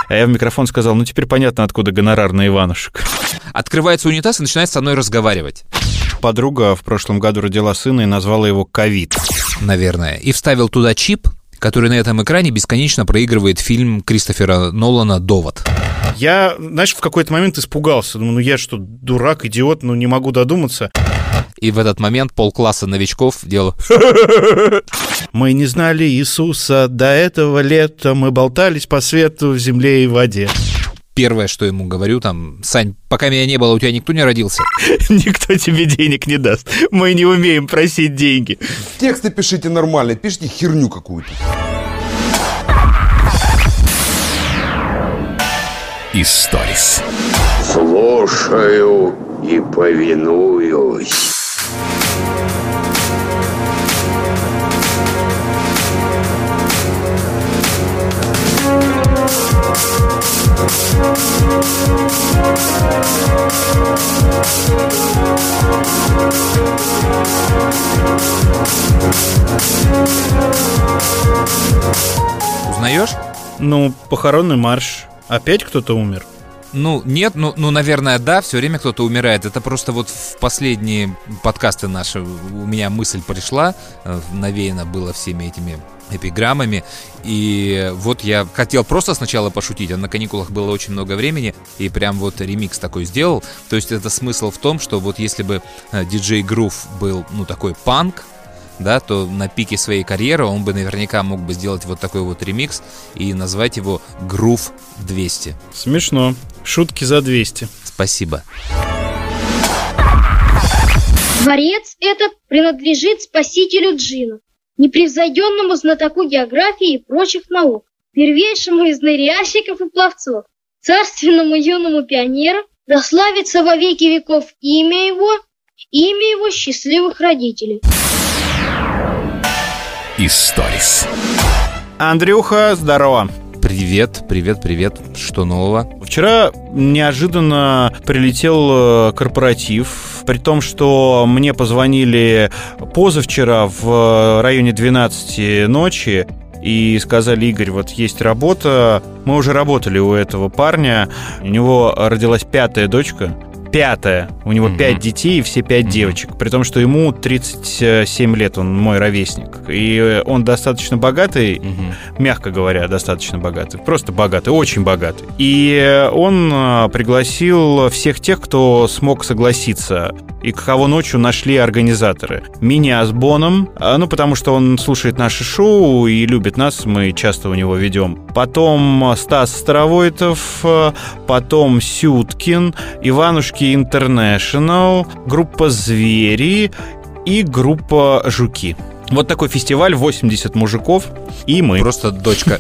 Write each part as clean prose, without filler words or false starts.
А я в микрофон сказал, ну теперь понятно, откуда гонорар на Иванушек. Открывается унитаз и начинает со мной разговаривать. Подруга в прошлом году родила сына и назвала его Ковид. Наверное. И вставил туда чип, который на этом экране бесконечно проигрывает фильм Кристофера Нолана «Довод». Я, знаешь, в какой-то момент испугался. Думаю, ну я что, дурак, идиот, ну не могу додуматься. И в этот момент полкласса новичков делал... Мы не знали Иисуса до этого лета, мы болтались по свету в земле и в воде. Первое, что ему говорю, там, Сань, пока меня не было, у тебя никто не родился? Никто тебе денег не даст. Мы не умеем просить деньги. Тексты пишите нормально, пишите херню какую-то. Историс. Слушаю и повинуюсь. Узнаешь? Ну, похоронный марш. Опять кто-то умер? Ну, нет, ну, наверное, да, все время кто-то умирает. Это просто вот в последние подкасты наши у меня мысль пришла, навеяно было всеми этими эпиграммами, и вот я хотел просто сначала пошутить, а на каникулах было очень много времени, и прям вот ремикс такой сделал. То есть это смысл в том, что вот если бы DJ Groove был, ну, такой панк, да, то на пике своей карьеры он бы наверняка мог бы сделать вот такой вот ремикс и назвать его Groove 200. Смешно. Шутки за 200. Спасибо. Дворец этот принадлежит спасителю джинов, непревзойденному знатоку географии и прочих наук, первейшему из ныряльщиков и пловцов, царственному юному пионеру, да славится во веки веков имя его счастливых родителей. Историс. Андрюха, здорово. Привет. Что нового? Вчера неожиданно прилетел корпоратив, при том, что мне позвонили позавчера в районе 12 ночи и сказали: Игорь, вот есть работа. Мы уже работали у этого парня, у него родилась 5-я дочка. 5-я. У него 5 детей и все 5 девочек. При том, что ему 37 лет, он мой ровесник. И он достаточно богатый, мягко говоря, достаточно богатый. Просто богатый, очень богатый. И он пригласил всех тех, кто смог согласиться, и кого ночью нашли организаторы. Меня с Боном, ну, потому что он слушает наши шоу и любит нас, мы часто у него ведем. Потом Стас Старовойтов, потом Сюткин, Иванушки Интернешнл, группа «Звери» и группа «Жуки». Вот такой фестиваль, 80 мужиков, и мы. Просто дочка.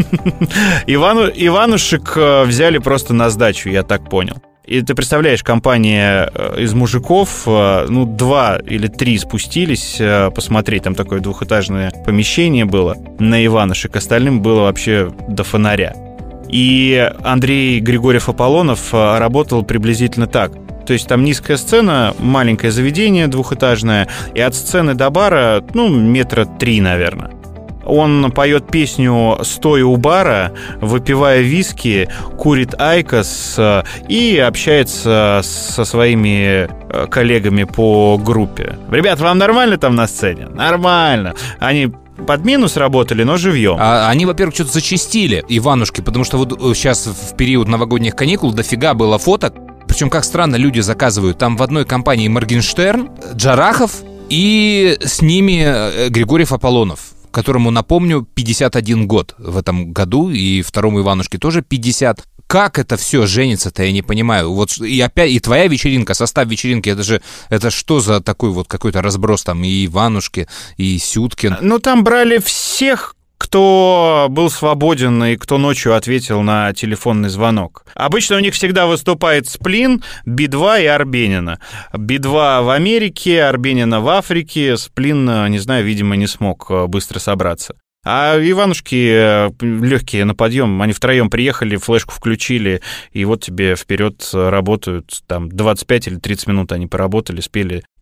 Иванушек взяли просто на сдачу, я так понял. И ты представляешь, компания из мужиков, ну, 2 или 3 спустились посмотреть, там такое двухэтажное помещение было на Иванушек, остальным было вообще до фонаря. И Андрей Григорьев-Аполлонов работал приблизительно так. То есть там низкая сцена, маленькое заведение двухэтажное, и от сцены до бара, ну, 3 метра, наверное. Он поет песню стоя у бара, выпивая виски, курит айкос и общается со своими коллегами по группе. Ребят, вам нормально там на сцене? Нормально. Они под минус работали, но живьем. Они, во-первых, что-то зачастили, Иванушки, потому что вот сейчас в период новогодних каникул дофига было фоток. Причем, как странно, люди заказывают. Там в одной компании Моргенштерн, Джарахов и с ними Григорьев-Аполлонов, которому, напомню, 51 год в этом году, и второму Иванушке тоже 50. Как это все женится-то, я не понимаю. Вот и опять, и твоя вечеринка, состав вечеринки, это что за такой вот какой-то разброс там и Иванушки, и Сюткин? Ну, там брали всех, кто был свободен и кто ночью ответил на телефонный звонок. Обычно у них всегда выступает Сплин, Би-2 и Арбенина. Би-2 в Америке, Арбенина в Африке. Сплин, не знаю, видимо, не смог быстро собраться. А Иванушки легкие на подъем, они втроем приехали, флешку включили, и вот тебе вперед работают. Там 25 или 30 минут они поработали, спели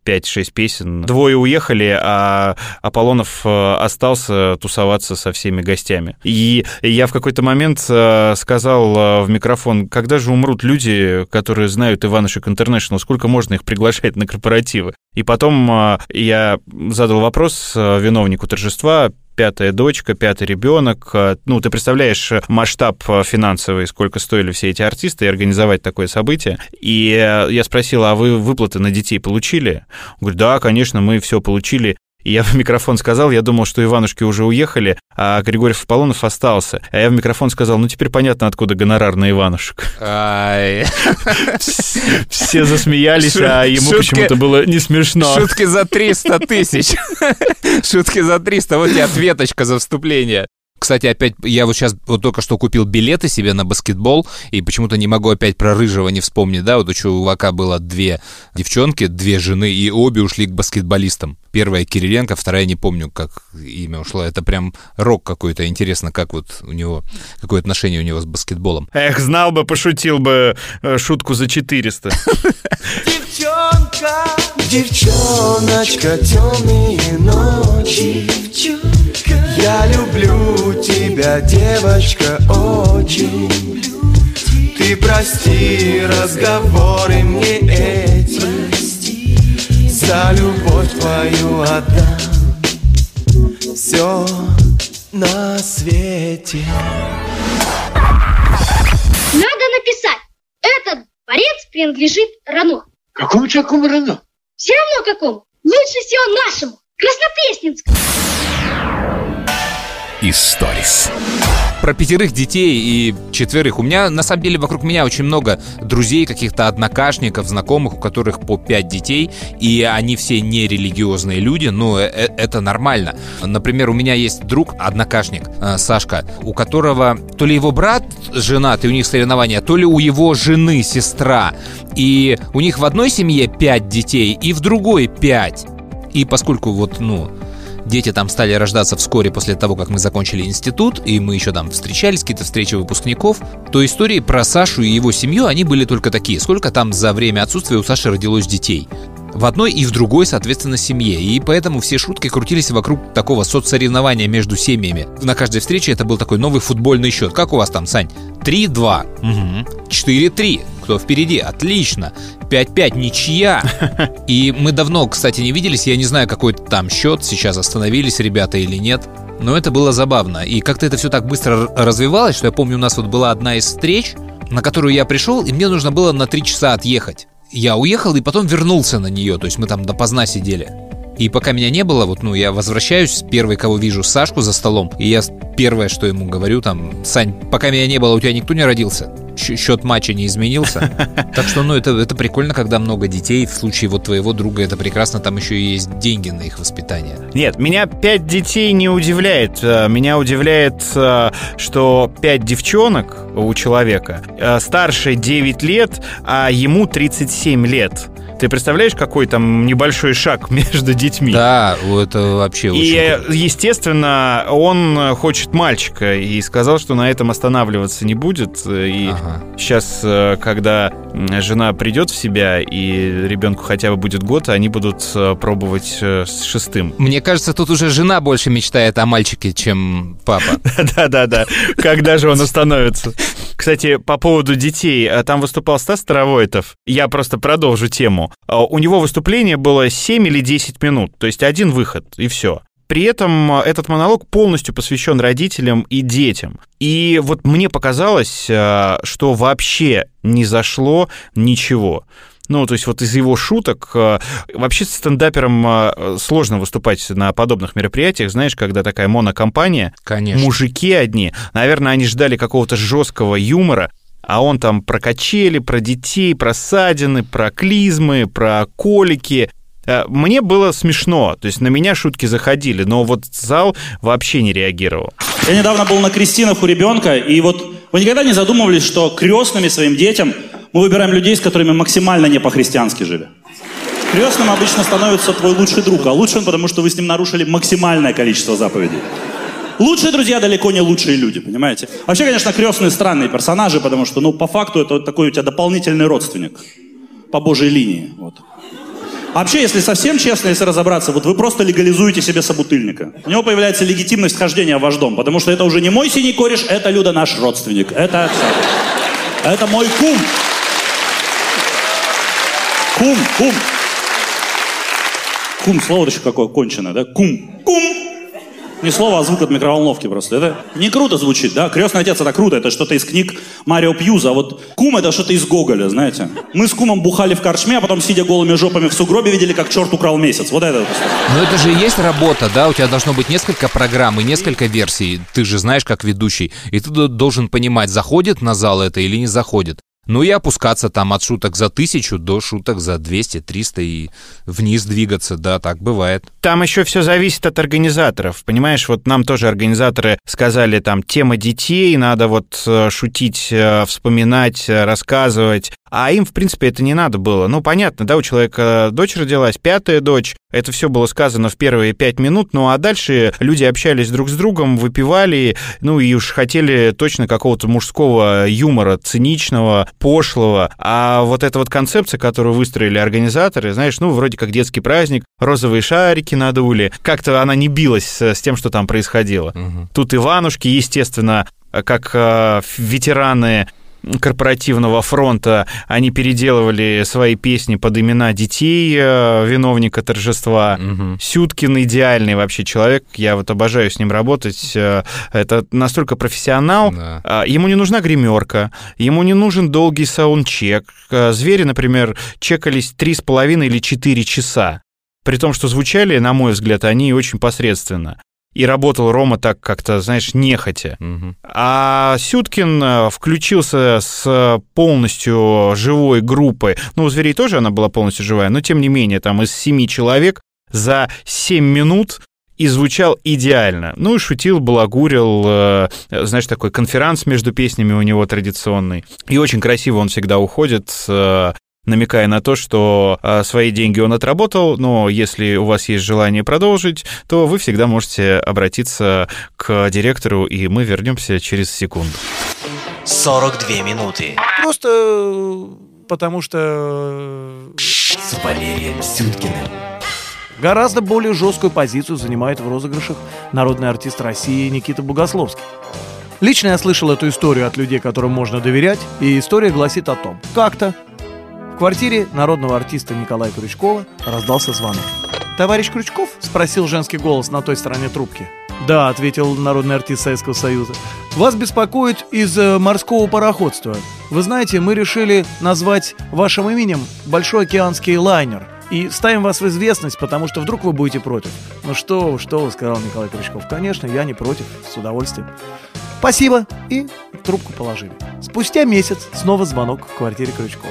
5-6 песен. Двое уехали, а Аполлонов остался тусоваться со всеми гостями. И я в какой-то момент сказал в микрофон, когда же умрут люди, которые знают Иванушек Интернешнл, сколько можно их приглашать на корпоративы? И потом я задал вопрос виновнику торжества, 5-я дочка, 5-й ребенок. Ну, ты представляешь масштаб финансовый, сколько стоили все эти артисты, и организовать такое событие. И я спросил, а вы выплаты на детей получили? Он говорит, да, конечно, мы все получили. И я в микрофон сказал, я думал, что Иванушки уже уехали, а Григорьев Аполлонов остался. А я в микрофон сказал, ну, теперь понятно, откуда гонорар на Иванушек. Все засмеялись, а ему почему-то было не смешно. Шутки за 300 тысяч. Шутки за 300, вот и ответочка за вступление. Кстати, опять, я вот сейчас вот только что купил билеты себе на баскетбол, и почему-то не могу опять про Рыжего не вспомнить, да, вот у чувака было 2 девчонки, 2 жены, и обе ушли к баскетболистам. Первая Кириленко, вторая не помню, как имя ушло, это прям рок какой-то, интересно, как вот у него, какое отношение у него с баскетболом. Эх, знал бы, пошутил бы шутку за 400. Девчонка, девчоночка, темные ночи. Я люблю тебя, девочка, очень. Ты прости разговоры мне эти, за любовь твою отдам все на свете. Надо написать, этот дворец принадлежит Рано. Какому такому Рано? Все равно какому. Лучше всего нашему, Краснопресненскому. Историс. Про 5 детей и 4. У меня, на самом деле, вокруг меня очень много друзей, каких-то однокашников, знакомых, у которых по 5 детей, и они все не религиозные люди, но это нормально. Например, у меня есть друг, однокашник, Сашка, у которого то ли его брат женат, и у них соревнования, то ли у его жены сестра. И у них в одной семье 5 детей, и в другой 5. И поскольку вот, дети там стали рождаться вскоре после того, как мы закончили институт, и мы еще там встречались, какие-то встречи выпускников, то истории про Сашу и его семью, они были только такие. Сколько там за время отсутствия у Саши родилось детей? В одной и в другой, соответственно, семье. И поэтому все шутки крутились вокруг такого соцсоревнования между семьями. На каждой встрече это был такой новый футбольный счет. Как у вас там, Сань? 3-2. Угу. 4-3. Кто впереди? Отлично. 5-5. Ничья. И мы давно, кстати, не виделись. Я не знаю, какой там счет. Сейчас остановились ребята или нет. Но это было забавно. И как-то это все так быстро развивалось, что я помню, у нас вот была одна из встреч, на которую я пришел, и мне нужно было на 3 часа отъехать. Я уехал и потом вернулся на нее, то есть мы там допоздна сидели. И пока меня не было, я возвращаюсь, первый, кого вижу, Сашку за столом, и я первое, что ему говорю, Сань, пока меня не было, у тебя никто не родился? Счет матча не изменился? Так что, это прикольно, когда много детей. В случае вот твоего друга это прекрасно, там еще и есть деньги на их воспитание. Нет, меня 5 детей не удивляет. Меня удивляет, что 5 девчонок у человека, старше 9 лет, а ему 37 лет. Ты представляешь, какой там небольшой шаг между детьми? Да, это вообще очень круто. И, естественно, он хочет мальчика и сказал, что на этом останавливаться не будет. И сейчас, когда жена придет в себя и ребенку хотя бы будет год, они будут пробовать с 6-м. Мне кажется, тут уже жена больше мечтает о мальчике, чем папа. Да-да-да. Когда же он остановится? Кстати, по поводу детей. Там выступал Стас Старовойтов. Я просто продолжу тему. У него выступление было 7 или 10 минут, то есть один выход, и все. При этом этот монолог полностью посвящен родителям и детям. И вот мне показалось, что вообще не зашло ничего. То есть вот из его шуток... Вообще с стендапером сложно выступать на подобных мероприятиях, знаешь, когда такая монокомпания. Конечно. Мужики одни. Наверное, они ждали какого-то жесткого юмора, а он там про качели, про детей, про ссадины, про клизмы, про колики. Мне было смешно, то есть на меня шутки заходили, но вот зал вообще не реагировал. Я недавно был на крестинах у ребенка, и вот вы никогда не задумывались, что крестными своим детям мы выбираем людей, с которыми максимально не по-христиански жили? Крестным обычно становится твой лучший друг, а лучше он, потому что вы с ним нарушили максимальное количество заповедей. Лучшие друзья далеко не лучшие люди, понимаете? Вообще, конечно, крестные странные персонажи, потому что, по факту, это вот такой у тебя дополнительный родственник по Божьей линии. Вот. Вообще, если совсем честно, если разобраться, вот вы просто легализуете себе собутыльника. У него появляется легитимность хождения в ваш дом, потому что это уже не мой синий кореш, это Люда наш родственник. Это все. Это мой кум. Кум. Кум, слово еще какое конченое, да? Кум. Не слово, а звук от микроволновки просто. Это не круто звучит, да? Крестный отец — это круто, это что-то из книг Марио Пьюза. А вот кум — это что-то из Гоголя, знаете. Мы с кумом бухали в корчме, а потом, сидя голыми жопами в сугробе, видели, как черт украл месяц. Вот это вот. Но это же и есть работа, да? У тебя должно быть несколько программ и несколько версий. Ты же знаешь, как ведущий. И ты должен понимать, заходит на зал это или не заходит. Ну и опускаться там от шуток за 1000 до шуток за 200, 300 и вниз двигаться, да, так бывает. Там еще все зависит от организаторов, понимаешь, вот нам тоже организаторы сказали, там, тема детей, надо вот шутить, вспоминать, рассказывать, а им, в принципе, это не надо было. Ну, понятно, да, у человека дочь родилась, 5-я дочь, это все было сказано в первые 5 минут, ну, а дальше люди общались друг с другом, выпивали, ну, и уж хотели точно какого-то мужского юмора, циничного, пошлого. А вот эта вот концепция, которую выстроили организаторы, знаешь, ну, вроде как детский праздник, розовые шарики надули, как-то она не билась с тем, что там происходило. Тут Иванушки, естественно, как ветераны корпоративного фронта, они переделывали свои песни под имена детей виновника торжества. Сюткин идеальный вообще человек, я вот обожаю с ним работать. Это настолько профессионал. Ему не нужна гримерка, ему не нужен долгий саундчек. Звери, например, чекались 3,5 или 4 часа. При том, что звучали, на мой взгляд, они очень посредственно. И работал Рома так как-то, знаешь, нехотя. А Сюткин включился с полностью живой группой. Ну, у зверей тоже она была полностью живая, но тем не менее, там из 7 человек за 7 минут и звучал идеально. Ну и шутил, балагурил, знаешь, такой конферанс между песнями у него традиционный. И очень красиво он всегда уходит, намекая на то, что свои деньги он отработал, но если у вас есть желание продолжить, то вы всегда можете обратиться к директору, и мы вернемся через секунду. 42 минуты. Просто потому что... С Валерием Сюткиным. Гораздо более жесткую позицию занимает в розыгрышах народный артист России Никита Богословский. Лично я слышал эту историю от людей, которым можно доверять, и история гласит о том, как-то в квартире народного артиста Николая Крючкова раздался звонок. «Товарищ Крючков?» — спросил женский голос на той стороне трубки. «Да», — ответил народный артист Советского Союза. «Вас беспокоит из морского пароходства. Вы знаете, мы решили назвать вашим именем большой океанский лайнер. И ставим вас в известность, потому что вдруг вы будете против». «Ну что вы», — сказал Николай Крючков. «Конечно, я не против, с удовольствием». «Спасибо». И трубку положили. Спустя месяц снова звонок в квартире Крючкова.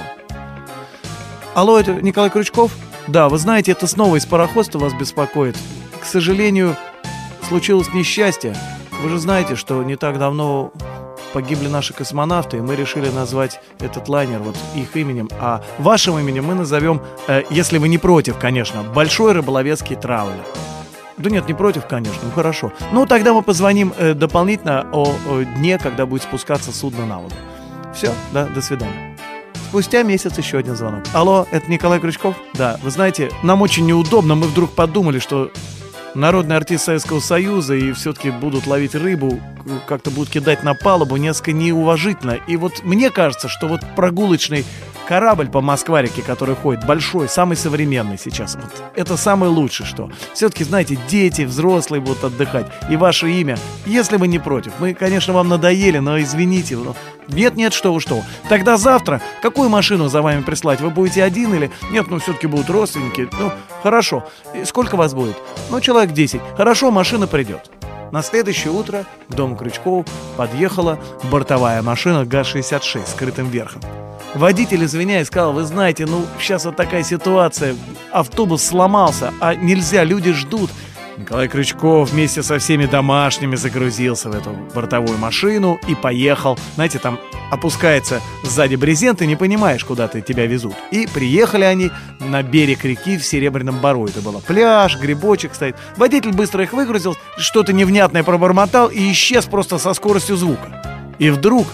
«Алло, это Николай Крючков?» «Да, вы знаете, это снова из пароходства вас беспокоит. К сожалению, случилось несчастье. Вы же знаете, что не так давно погибли наши космонавты, и мы решили назвать этот лайнер вот их именем. А вашим именем мы назовем, если вы не против, конечно, Большой рыболовецкий траулер». «Да нет, не против, конечно, ну хорошо. Ну, тогда мы позвоним дополнительно о дне, когда будет спускаться судно на воду. Все, да, до свидания». Спустя месяц еще один звонок. «Алло, это Николай Крючков?» «Да, вы знаете, нам очень неудобно, мы вдруг подумали, что народный артист Советского Союза и все-таки будут ловить рыбу, как-то будут кидать на палубу, несколько неуважительно. И вот мне кажется, что вот прогулочный корабль по Москва-реке, который ходит, большой, самый современный сейчас, вот это самое лучшее, что. Все-таки, знаете, дети, взрослые будут отдыхать. И ваше имя, если вы не против. Мы, конечно, вам надоели, но извините. Но... Нет, что вы. Тогда завтра какую машину за вами прислать? Вы будете один или... Нет, ну все-таки будут родственники. Ну, хорошо. И сколько вас будет? Ну, человек 10. Хорошо, машина придет». На следующее утро к дому Крючкова подъехала бортовая машина ГАЗ-66 с скрытым верхом. Водитель, извиняясь, сказал: «Вы знаете, ну, сейчас вот такая ситуация, автобус сломался, а нельзя, люди ждут». Николай Крючков вместе со всеми домашними загрузился в эту бортовую машину и поехал. Знаете, там опускается сзади брезент, и не понимаешь, куда тебя везут. И приехали они на берег реки в Серебряном Бару. Это было пляж, грибочек стоит. Водитель быстро их выгрузил, что-то невнятное пробормотал и исчез просто со скоростью звука. И вдруг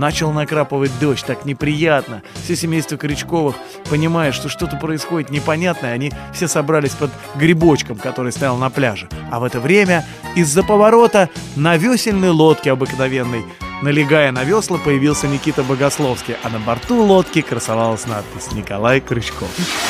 Начал накрапывать дождь, так неприятно. Все семейство Крючковых, понимая, что что-то происходит непонятное, они все собрались под грибочком, который стоял на пляже. А в это время из-за поворота на весельной лодке обыкновенной, налегая на весла, появился Никита Богословский, а на борту лодки красовалась надпись «Николай Крючков».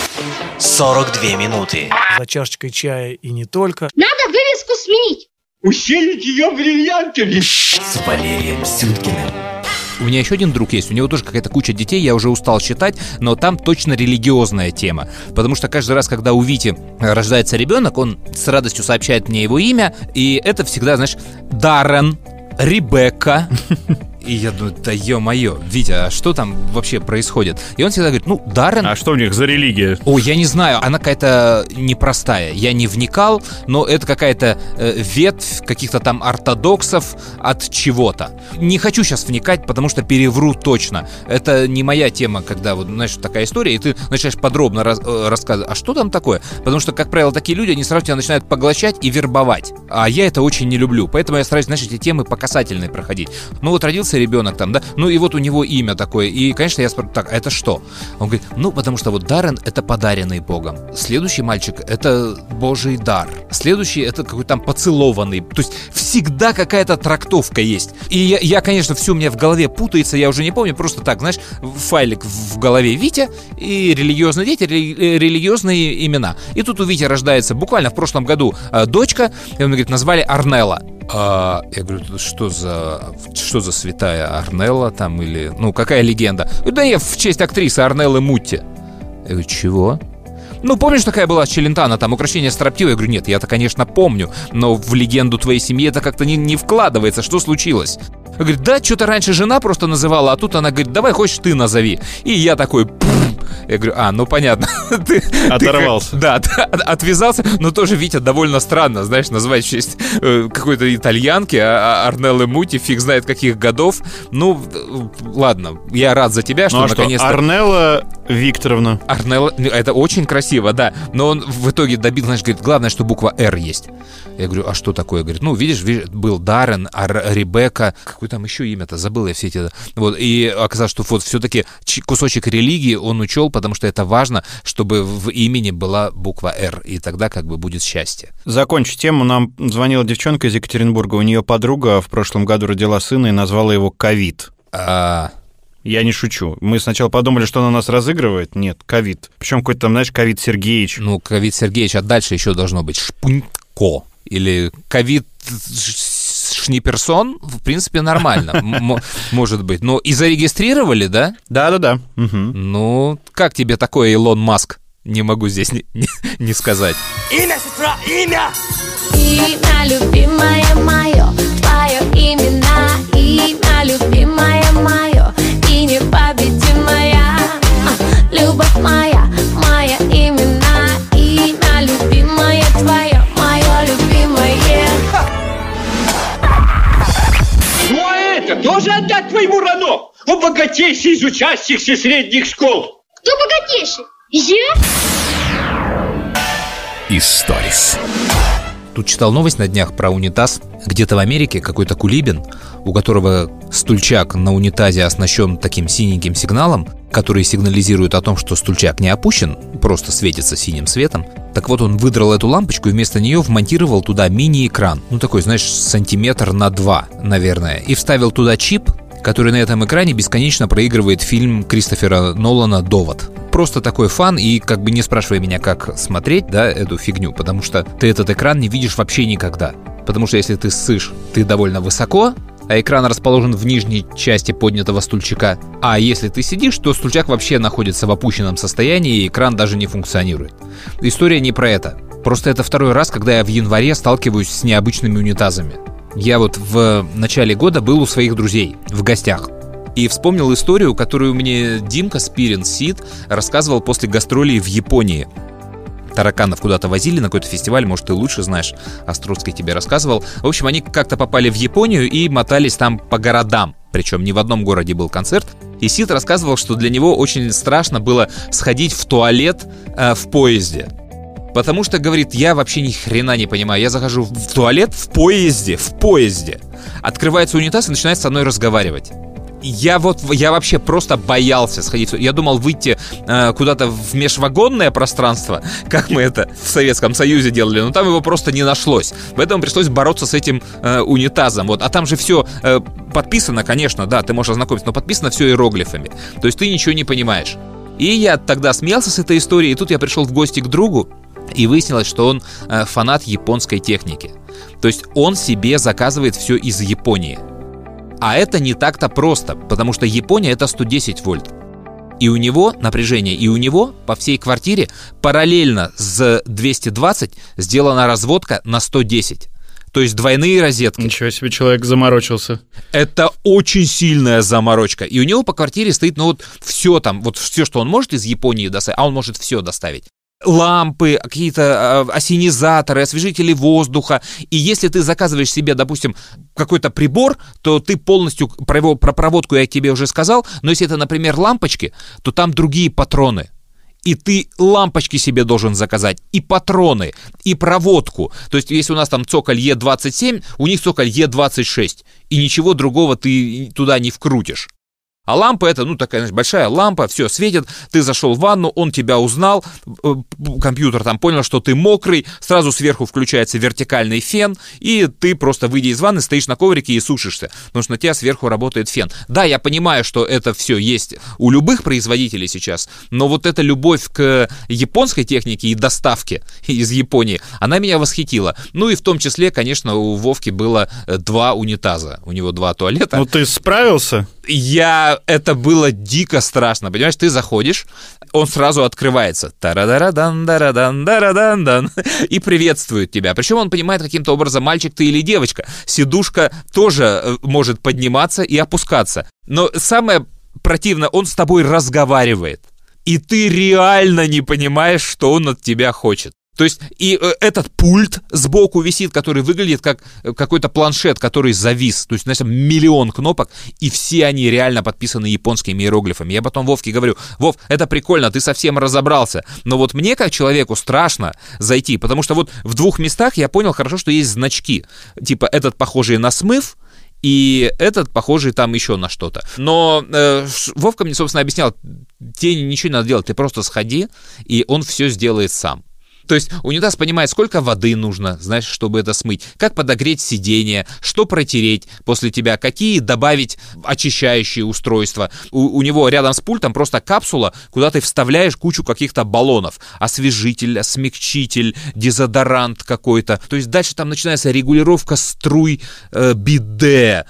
42 минуты. За чашечкой чая и не только. Надо вывеску сменить. Усилить ее бриллиантами. С Валерием Сюткиным. У меня еще один друг есть, у него тоже какая-то куча детей, я уже устал считать, но там точно религиозная тема. Потому что каждый раз, когда у Вити рождается ребенок, он с радостью сообщает мне его имя, и это всегда, знаешь, Даррен, Ребекка. И я думаю, да ё-моё, Витя, а что там вообще происходит? И он всегда говорит, ну, Даррен... А что у них за религия? Ой, я не знаю, она какая-то непростая. Я не вникал, но это какая-то ветвь каких-то там ортодоксов от чего-то. Не хочу сейчас вникать, потому что перевру точно. Это не моя тема, когда, вот, знаешь, такая история, и ты начинаешь подробно рассказывать, а что там такое? Потому что, как правило, такие люди, они сразу тебя начинают поглощать и вербовать. А я это очень не люблю. Поэтому я стараюсь, знаешь, эти темы по касательной проходить. Ну, вот родился ребенок там, да, ну и вот у него имя такое, и, конечно, я спрашиваю, так, а это что? Он говорит, ну, потому что вот Даррен — это подаренный Богом, следующий мальчик — это Божий дар, следующий — это какой-то там поцелованный, то есть всегда какая-то трактовка есть. И я, конечно, все у меня в голове путается, я уже не помню, просто так, знаешь, файлик в голове Витя и религиозные дети, религиозные имена. И тут у Вити рождается буквально в прошлом году дочка, и он говорит, назвали Арнелла. Я говорю, что за святая Арнелла там или... Ну, какая легенда? Да я в честь актрисы Арнеллы Мутти. Я говорю, чего? Ну, помнишь, такая была Челентано, там, «Укрощение строптивой»? Я говорю, нет, я-то, конечно, помню, но в легенду твоей семьи это как-то не вкладывается. Что случилось? Я говорю, да, что-то раньше жена просто называла, а тут она говорит, давай, хочешь, ты назови. И я такой... Я говорю, ну понятно. Ты оторвался. Да, отвязался, но тоже, Витя, довольно странно, знаешь, назвать в честь какой-то итальянки, Арнеллы Мутти, фиг знает каких годов. Ну, ладно, я рад за тебя, что наконец-то... Арнелла Викторовна. Арнелла, это очень красиво, да, но он в итоге добил, знаешь, говорит, главное, что буква «Р» есть. Я говорю, а что такое? Говорит, ну, видишь, был Даррен, Ребекка, какое там еще имя-то, забыл я все эти... Вот, и оказалось, что вот все-таки кусочек религии он учел, потому что это важно, чтобы в имени была буква «Р», и тогда как бы будет счастье. Закончу тему. Нам звонила девчонка из Екатеринбурга, у нее подруга в прошлом году родила сына и назвала его «Ковид». Я не шучу. Мы сначала подумали, что она нас разыгрывает. Нет, ковид. Причем какой-то там, знаешь, Ковид Сергеевич. Ну, Ковид Сергеевич, а дальше еще должно быть Шпунько. Или Ковид Шниперсон, в принципе, нормально. Может быть. Но и зарегистрировали, да? Да. Угу. Ну, как тебе такое, Илон Маск? Не могу здесь не сказать. Имя, сестра, имя! Имя любимое мое, твое имя, имя любимое мое и непобедимая. Любовь моя, моя имена, имя любимое твое, мое любимое. Ну а это тоже отдать твоему Рано? Он богатейший из учащихся средних школ. Кто богатейший? Я? Историс. Тут читал новость на днях про унитаз. Где-то в Америке какой-то кулибин, у которого стульчак на унитазе оснащен таким синеньким сигналом, который сигнализирует о том, что стульчак не опущен, просто светится синим светом. Так вот, он выдрал эту лампочку и вместо нее вмонтировал туда мини-экран. Ну, такой, знаешь, 2 сантиметра на 2, наверное. И вставил туда чип, который на этом экране бесконечно проигрывает фильм Кристофера Нолана «Довод». Просто такой фан, и как бы не спрашивай меня, как смотреть, да, эту фигню, потому что ты этот экран не видишь вообще никогда. Потому что если ты ссышь, ты довольно высоко, а экран расположен в нижней части поднятого стульчика. А если ты сидишь, то стульчак вообще находится в опущенном состоянии, и экран даже не функционирует. История не про это. Просто это второй раз, когда я в январе сталкиваюсь с необычными унитазами. Я вот в начале года был у своих друзей в гостях и вспомнил историю, которую мне Димка Спирин Сид рассказывал после гастролей в Японии. Тараканов куда-то возили на какой-то фестиваль, может, ты лучше знаешь, Островский тебе рассказывал. В общем, они как-то попали в Японию и мотались там по городам. Причем не в одном городе был концерт. И Сид рассказывал, что для него очень страшно было сходить в туалет в поезде. Потому что, говорит, я вообще ни хрена не понимаю. Я захожу в туалет в поезде. Открывается унитаз и начинает со мной разговаривать. Я вообще просто боялся сходить. Я думал выйти куда-то в межвагонное пространство, как мы это в Советском Союзе делали, но там его просто не нашлось. Поэтому пришлось бороться с этим унитазом. Вот. А там же все подписано, конечно, да, ты можешь ознакомиться, но подписано все иероглифами. То есть ты ничего не понимаешь. И я тогда смеялся с этой историей, и тут я пришел в гости к другу, и выяснилось, что он фанат японской техники. То есть он себе заказывает все из Японии. А это не так-то просто, потому что Япония — это 110 вольт. И у него напряжение, и у него по всей квартире параллельно с 220 сделана разводка на 110. То есть двойные розетки. Ничего себе, человек заморочился. Это очень сильная заморочка. И у него по квартире стоит, все там, все, что он может из Японии доставить, а он может все доставить. Лампы, какие-то осенизаторы, освежители воздуха. И если ты заказываешь себе, допустим, какой-то прибор, то ты полностью, про проводку я тебе уже сказал, но если это, например, лампочки, то там другие патроны. И ты лампочки себе должен заказать, и патроны, и проводку. То есть, если у нас там цоколь Е27, у них цоколь Е26, и ничего другого ты туда не вкрутишь. А лампа — это, такая, большая лампа, все светит, ты зашел в ванну, он тебя узнал, компьютер там понял, что ты мокрый, сразу сверху включается вертикальный фен, и ты просто, выйдя из ванны, стоишь на коврике и сушишься, потому что на тебя сверху работает фен. Да, я понимаю, что это все есть у любых производителей сейчас, но вот эта любовь к японской технике и доставке из Японии, она меня восхитила. И в том числе, конечно, у Вовки было 2 унитаза, у него 2 туалета. Ты справился? Это было дико страшно, понимаешь, ты заходишь, он сразу открывается, тарадарадан-дарадан-дарадан-дан, и приветствует тебя. Причем он понимает каким-то образом, мальчик ты или девочка. Сидушка тоже может подниматься и опускаться. Но самое противное, он с тобой разговаривает, и ты реально не понимаешь, что он от тебя хочет. То есть и этот пульт сбоку висит, который выглядит как какой-то планшет, который завис. То есть, знаешь, миллион кнопок, и все они реально подписаны японскими иероглифами. Я потом Вовке говорю: Вов, это прикольно, ты совсем разобрался. Но вот мне, как человеку, страшно зайти, потому что в 2 местах я понял хорошо, что есть значки. Типа этот похожий на смыв, и этот похожий там еще на что-то. Но Вовка мне, собственно, объяснял: тебе ничего не надо делать, ты просто сходи, и он все сделает сам. То есть унитаз понимает, сколько воды нужно, знаешь, чтобы это смыть, как подогреть сиденье, что протереть после тебя, какие добавить очищающие устройства. У него рядом с пультом просто капсула, куда ты вставляешь кучу каких-то баллонов. Освежитель, смягчитель, дезодорант какой-то. То есть дальше там начинается регулировка струй, биде,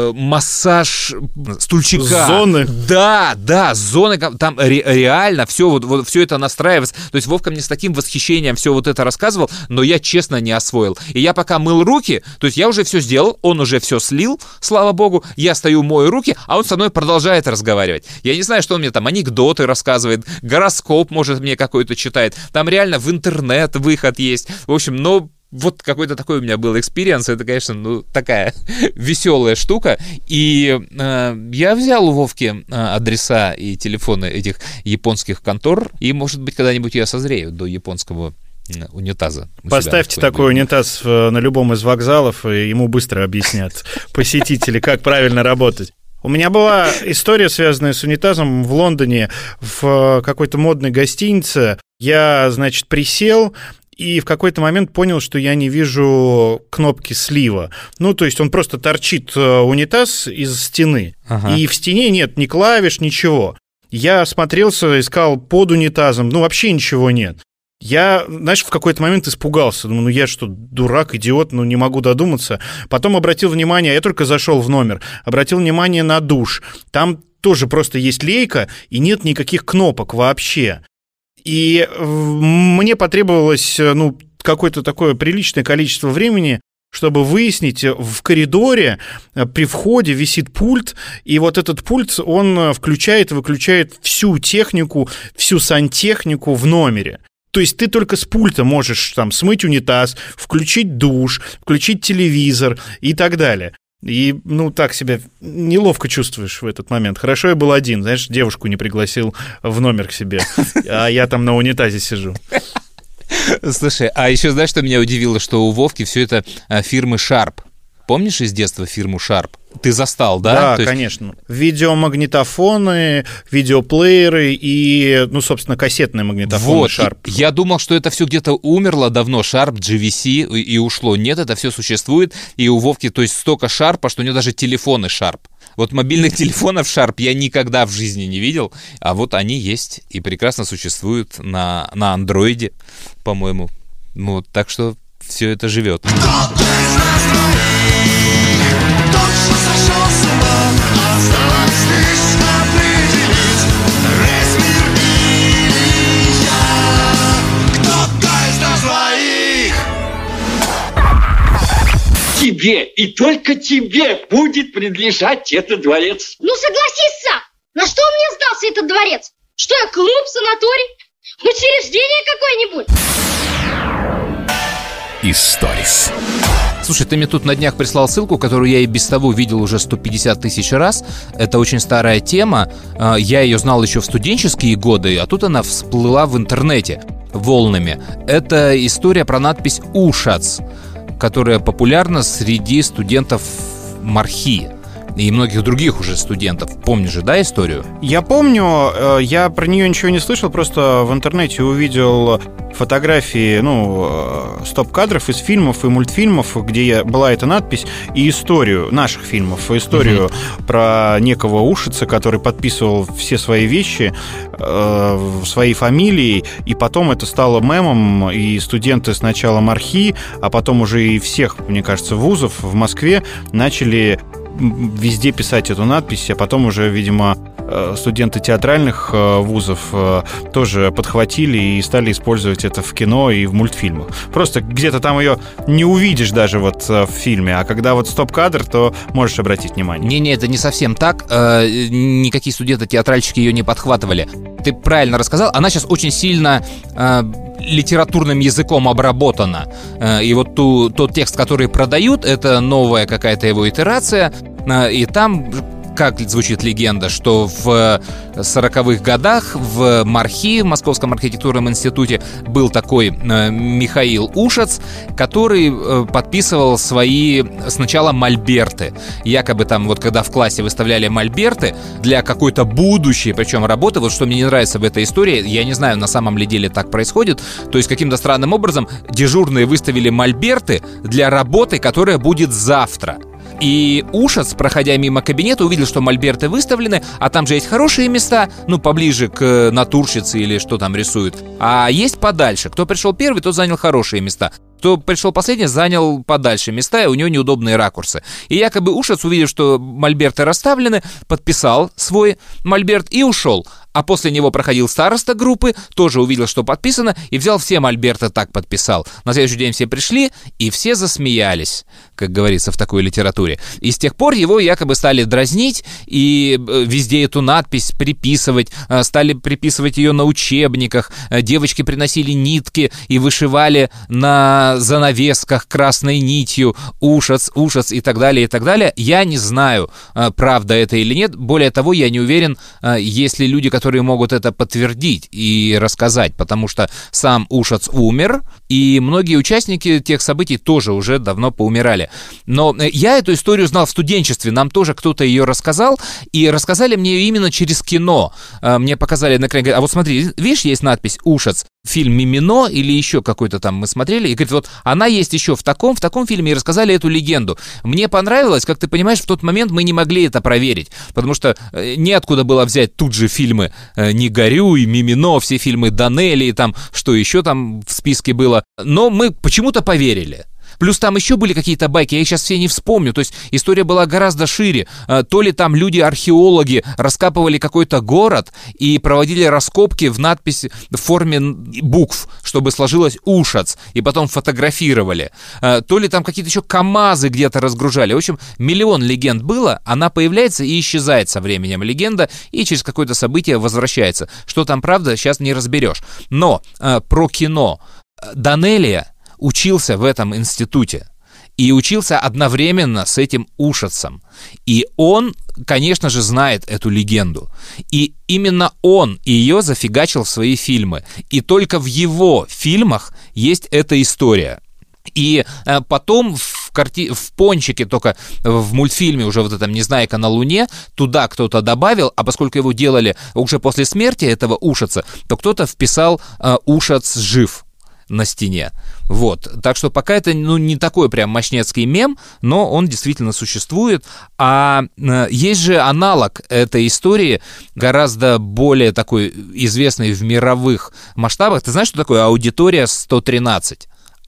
массаж стульчика. Зоны. Да, зоны. Там реально все это настраивается. То есть Вовка мне с таким восхищением все вот это рассказывал, но я честно не освоил. И я пока мыл руки, то есть я уже все сделал, он уже все слил, слава богу, я стою, мою руки, а он со мной продолжает разговаривать. Я не знаю, что он мне там анекдоты рассказывает, гороскоп, может, мне какой-то читает. Там реально в интернет выход есть. В общем, вот какой-то такой у меня был экспириенс. Это, конечно, такая веселая штука. И я взял у Вовки адреса и телефоны этих японских контор. И, может быть, когда-нибудь я созрею до японского унитаза. Поставьте такой унитаз на любом из вокзалов, и ему быстро объяснят посетители, как правильно работать. У меня была история, связанная с унитазом в Лондоне, в какой-то модной гостинице. Я, значит, присел и в какой-то момент понял, что я не вижу кнопки слива. То есть он просто торчит, унитаз, из стены. Ага. И в стене нет ни клавиш, ничего. Я осмотрелся, искал под унитазом, вообще ничего нет. Я, знаешь, в какой-то момент испугался. Думаю, я что, дурак, идиот, не могу додуматься. Потом обратил внимание, я только зашел в номер, обратил внимание на душ. Там тоже просто есть лейка, и нет никаких кнопок вообще. И мне потребовалось, какое-то такое приличное количество времени, чтобы выяснить, в коридоре при входе висит пульт, и вот этот пульт, он включает и выключает всю технику, всю сантехнику в номере. То есть ты только с пульта можешь там смыть унитаз, включить душ, включить телевизор и так далее. И, так себя неловко чувствуешь в этот момент. Хорошо, я был один, знаешь, девушку не пригласил в номер к себе, а я там на унитазе сижу. Слушай, а еще знаешь, что меня удивило, что у Вовки все это фирмы Sharp. Помнишь из детства фирму Sharp? Ты застал, да? Да, То есть... конечно. Видеомагнитофоны, видеоплееры и, ну, собственно, кассетные магнитофоны вот. Sharp. Я думал, что это все где-то умерло давно, Sharp, GVC, и ушло. Нет, это все существует, и у Вовки, то есть столько Sharp, что у него даже телефоны Sharp. Вот мобильных телефонов Sharp я никогда в жизни не видел, а вот они есть и прекрасно существуют на андроиде, по-моему. Ну, так что все это живет. Тебе и только тебе будет принадлежать этот дворец. Ну согласись сам, на что мне сдался этот дворец? Что я, клуб, санаторий? Учреждение какое-нибудь? Историс. Слушай, ты мне тут на днях прислал ссылку, которую я и без того видел уже 150 тысяч раз. Это очень старая тема. Я ее знал еще в студенческие годы, а тут она всплыла в интернете волнами. Это история про надпись «Ушац», которая популярна среди студентов МАРХИ и многих других уже студентов. Помнишь же, да, историю? Я помню, я про нее ничего не слышал, просто в интернете увидел фотографии, стоп-кадров из фильмов и мультфильмов, где была эта надпись, и историю наших фильмов, историю про некого Ушица, который подписывал все свои вещи своей фамилией, и потом это стало мемом, и студенты сначала МАРХИ, а потом уже и всех, мне кажется, вузов в Москве начали везде писать эту надпись, а потом уже, видимо, студенты театральных вузов тоже подхватили и стали использовать это в кино и в мультфильмах. Просто где-то там ее не увидишь даже вот в фильме, а когда вот стоп-кадр, то можешь обратить внимание. Не, это не совсем так. Никакие студенты-театральщики ее не подхватывали. Ты правильно рассказал. Она сейчас очень сильно литературным языком обработана. И вот тот текст, который продают, это новая какая-то его итерация. И там... Как звучит легенда, что в 40-х годах в МАРХИ, в Московском архитектурном институте, был такой Михаил Ушац, который подписывал свои сначала мольберты. Якобы там вот когда в классе выставляли мольберты для какой-то будущей, причем работы, вот что мне не нравится в этой истории, я не знаю, на самом ли деле так происходит, то есть каким-то странным образом дежурные выставили мольберты для работы, которая будет завтра. И Ушац, проходя мимо кабинета, увидел, что мольберты выставлены, а там же есть хорошие места, поближе к натурщице или что там рисуют, а есть подальше. Кто пришел первый, тот занял хорошие места. Кто пришел последний, занял подальше места, и у него неудобные ракурсы. И якобы Ушац, увидев, что мольберты расставлены, подписал свой мольберт и ушел. А после него проходил староста группы, тоже увидел, что подписано, и взял все мольберты, так подписал. На следующий день все пришли, и все засмеялись, как говорится в такой литературе. И с тех пор его якобы стали дразнить, и везде эту надпись приписывать, стали приписывать ее на учебниках. Девочки приносили нитки и вышивали на занавесках красной нитью «Ушац», «Ушац» и так далее, и так далее. Я не знаю, правда это или нет. Более того, я не уверен, есть ли люди, которые могут это подтвердить и рассказать, потому что сам Ушац умер, и многие участники тех событий тоже уже давно поумирали. Но я эту историю знал в студенчестве, нам тоже кто-то ее рассказал, и рассказали мне ее именно через кино. Мне показали на экране, а вот смотри, видишь, есть надпись «Ушац», фильм «Мимино» или еще какой-то там мы смотрели, и говорит, вот она есть еще в таком фильме, и рассказали эту легенду. Мне понравилось, как ты понимаешь, в тот момент мы не могли это проверить, потому что неоткуда было взять тут же фильмы «Не горюй», «Мимино», все фильмы Данелли, и там, что еще там в списке было, но мы почему-то поверили. Плюс там еще были какие-то байки, я их сейчас все не вспомню. То есть история была гораздо шире. То ли там люди-археологи раскапывали какой-то город и проводили раскопки в надписи в форме букв, чтобы сложилось «Ушац», и потом фотографировали. То ли там какие-то еще КАМАЗы где-то разгружали. В общем, миллион легенд было, она появляется и исчезает со временем легенда, и через какое-то событие возвращается. Что там правда, сейчас не разберешь. Но про кино. Данелия учился в этом институте и учился одновременно с этим Ушацем. И он, конечно же, знает эту легенду. И именно он ее зафигачил в свои фильмы. И только в его фильмах есть эта история. И потом в в пончике, только в мультфильме уже вот этом «Незнайка на Луне», туда кто-то добавил, а поскольку его делали уже после смерти этого Ушаца, то кто-то вписал «Ушац жив» на стене. Вот. Так что пока это не такой прям мощнецкий мем, но он действительно существует. А есть же аналог этой истории, гораздо более такой известный в мировых масштабах. Ты знаешь, что такое аудитория 113?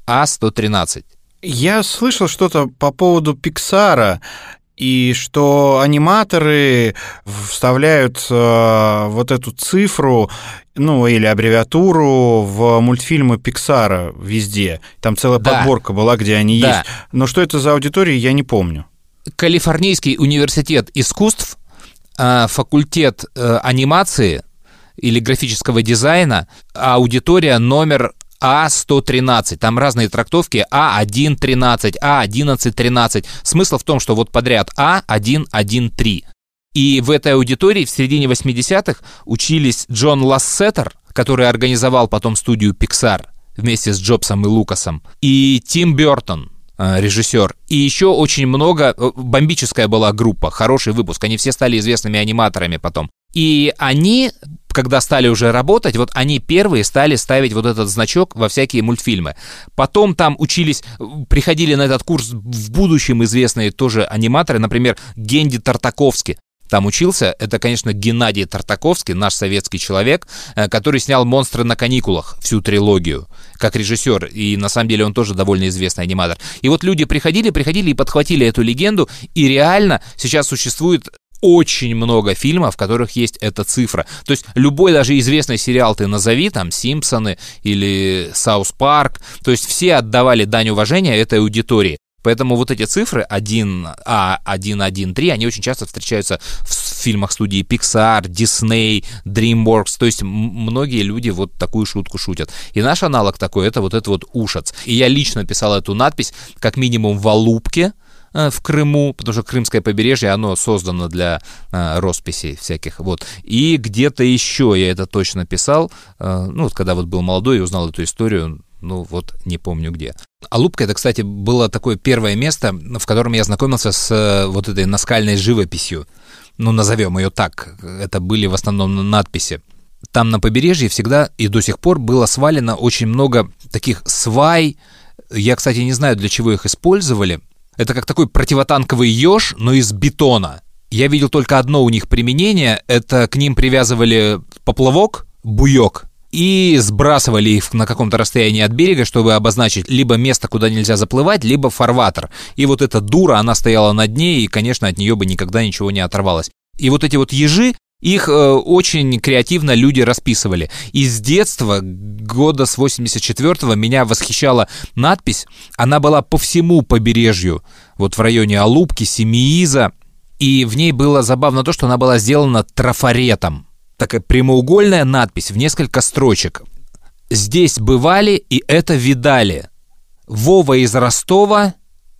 А113. Я слышал что-то по поводу Пиксара, и что аниматоры вставляют вот эту цифру, или аббревиатуру в мультфильмы Пиксара везде. Там целая подборка была, где они есть. Но что это за аудитория, я не помню. Калифорнийский университет искусств, факультет анимации или графического дизайна, аудитория номер А113, там разные трактовки, А113, А1113. Смысл в том, что вот подряд А113. И в этой аудитории в середине 80-х учились Джон Лассетер, который организовал потом студию Pixar вместе с Джобсом и Лукасом, и Тим Бёртон, режиссер. И еще очень много, бомбическая была группа, хороший выпуск, они все стали известными аниматорами потом. И они, когда стали уже работать, вот они первые стали ставить вот этот значок во всякие мультфильмы. Потом там учились, приходили на этот курс в будущем известные тоже аниматоры, например, Генди Тартаковский. Там учился, это, конечно, Геннадий Тартаковский, наш советский человек, который снял «Монстры на каникулах», всю трилогию, как режиссер, и на самом деле он тоже довольно известный аниматор. И вот люди приходили и подхватили эту легенду, и реально сейчас существует очень много фильмов, в которых есть эта цифра. То есть любой даже известный сериал ты назови, там «Симпсоны» или «Саус Парк», то есть все отдавали дань уважения этой аудитории. Поэтому вот эти цифры 1А, 113, они очень часто встречаются в фильмах студии Pixar, Disney, DreamWorks. То есть многие люди вот такую шутку шутят. И наш аналог такой, это вот Ушац. И я лично писал эту надпись как минимум в Алупке в Крыму, потому что Крымское побережье, оно создано для росписей всяких. Вот. И где-то еще я это точно писал, когда вот был молодой и узнал эту историю, не помню где. Алупка, это, кстати, было такое первое место, в котором я знакомился с вот этой наскальной живописью. Назовем ее так. Это были в основном надписи. Там на побережье всегда и до сих пор было свалено очень много таких свай. Я, кстати, не знаю, для чего их использовали. Это как такой противотанковый еж, но из бетона. Я видел только одно у них применение. Это к ним привязывали поплавок, буек, и сбрасывали их на каком-то расстоянии от берега, чтобы обозначить либо место, куда нельзя заплывать, либо фарватер. И вот эта дура, она стояла на дне, и, конечно, от нее бы никогда ничего не оторвалось. И вот эти вот ежи, их очень креативно люди расписывали. И с детства, года с 84-го, меня восхищала надпись. Она была по всему побережью, вот в районе Алупки, Семииза. И в ней было забавно то, что она была сделана трафаретом. Такая прямоугольная надпись в несколько строчек. «Здесь бывали и это видали. Вова из Ростова,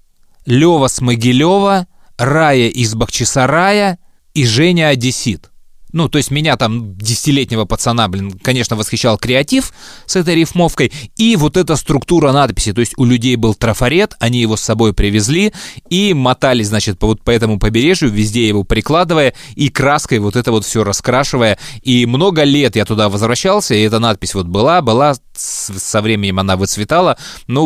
Лёва с Могилёва, Рая из Бахчисарая и Женя одессит». То есть меня там, 10-летнего пацана, конечно, восхищал креатив с этой рифмовкой и вот эта структура надписи. То есть у людей был трафарет, они его с собой привезли и мотались, значит, по этому побережью, везде его прикладывая и краской вот это вот все раскрашивая. И много лет я туда возвращался, и эта надпись вот была, со временем она выцветала.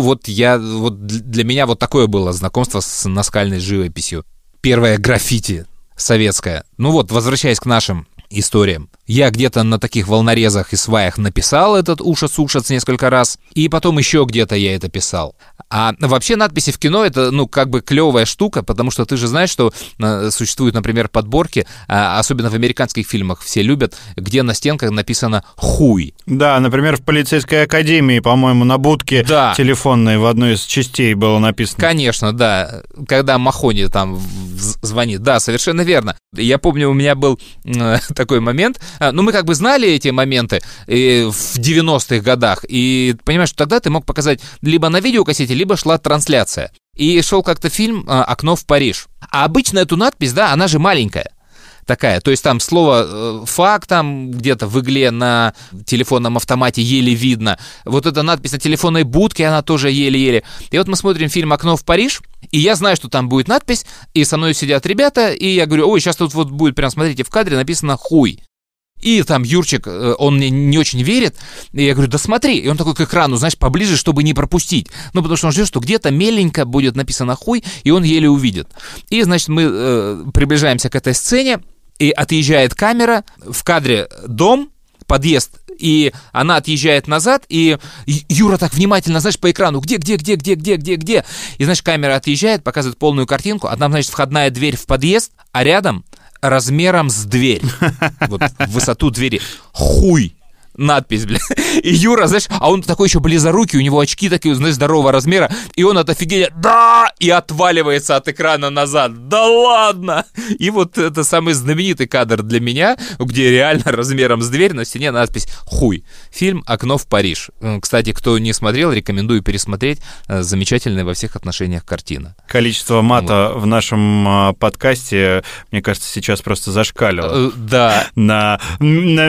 Для меня вот такое было знакомство с наскальной живописью. Первое граффити советское. Возвращаясь к нашим историям. Я где-то на таких волнорезах и сваях написал этот ушац несколько раз, и потом еще где-то я это писал. А вообще надписи в кино — это, клевая штука, потому что ты же знаешь, что существуют, например, подборки, особенно в американских фильмах все любят, где на стенках написано «хуй». Да, например, в полицейской академии, по-моему, на будке телефонной в одной из частей было написано. Конечно, да. Когда Махони там звонит. Да, совершенно верно. Я помню, у меня был такой момент. Мы как бы знали эти моменты в 90-х годах. И понимаешь, что тогда ты мог показать либо на видеокассете, либо шла трансляция. И шел как-то фильм «Окно в Париж». А обычно эту надпись, она же маленькая. такая. То есть там слово «фак» там где-то в игле на телефонном автомате еле видно. Вот эта надпись на телефонной будке, она тоже еле-еле. И вот мы смотрим фильм «Окно в Париж», и я знаю, что там будет надпись, и со мной сидят ребята, и я говорю: ой, сейчас тут вот будет, прям смотрите, в кадре написано «хуй». И там Юрчик, он мне не очень верит, и я говорю: да смотри, и он такой к экрану, знаешь, поближе, чтобы не пропустить, ну, потому что он ждет, что где-то меленько будет написано «хуй», и он еле увидит. И, значит, мы приближаемся к этой сцене, и отъезжает камера, в кадре дом, подъезд, и она отъезжает назад, и Юра так внимательно, знаешь, по экрану, где, и, знаешь, камера отъезжает, показывает полную картинку, а там, значит, входная дверь в подъезд, а рядом размером с дверь, вот в высоту двери, «хуй». Надпись, бля. И Юра, знаешь, а он такой еще близорукий, у него очки такие, знаешь, здорового размера, и он от офигения «да!» и отваливается от экрана назад. Да ладно! И вот это самый знаменитый кадр для меня, где реально размером с дверь на стене надпись «хуй». Фильм «Окно в Париж». Кстати, кто не смотрел, рекомендую пересмотреть. Замечательная во всех отношениях картина. Количество мата в нашем подкасте, мне кажется, сейчас просто зашкаливало. Да. На 2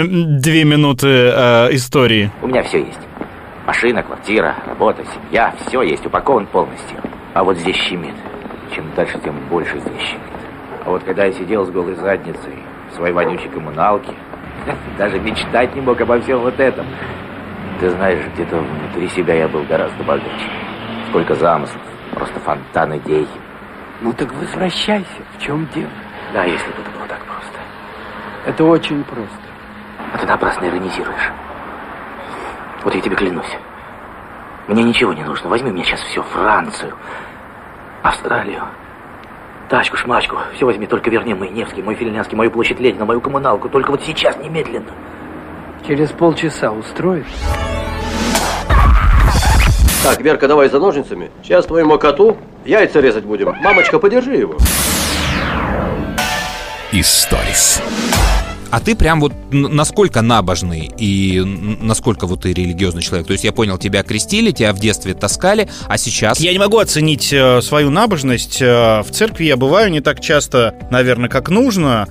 минуты истории. У меня все есть. Машина, квартира, работа, семья. Все есть, упакован полностью. А вот здесь щемит. Чем дальше, тем больше здесь щемит. А вот когда я сидел с голой задницей в своей вонючей коммуналке, даже мечтать не мог обо всем вот этом. Ты знаешь, где-то внутри себя я был гораздо богаче. Сколько замыслов, просто фонтан идей. Ну так возвращайся, в чем дело? Да, если бы это было так просто. Это очень просто. А ты напрасно иронизируешь. Вот я тебе клянусь. Мне ничего не нужно. Возьми мне сейчас все. Францию, Австралию, тачку, шмачку. Все возьми, только верни мой Невский, мой Филинянский, мою площадь Ленина, мою коммуналку. Только вот сейчас, немедленно. Через полчаса устроишь? Так, Верка, давай за ножницами. Сейчас твоему коту яйца резать будем. Мамочка, подержи его. Историс. А ты прям вот насколько набожный и насколько вот ты религиозный человек? То есть я понял, тебя крестили, тебя в детстве таскали, а сейчас... Я не могу оценить свою набожность. В церкви я бываю не так часто, наверное, как нужно.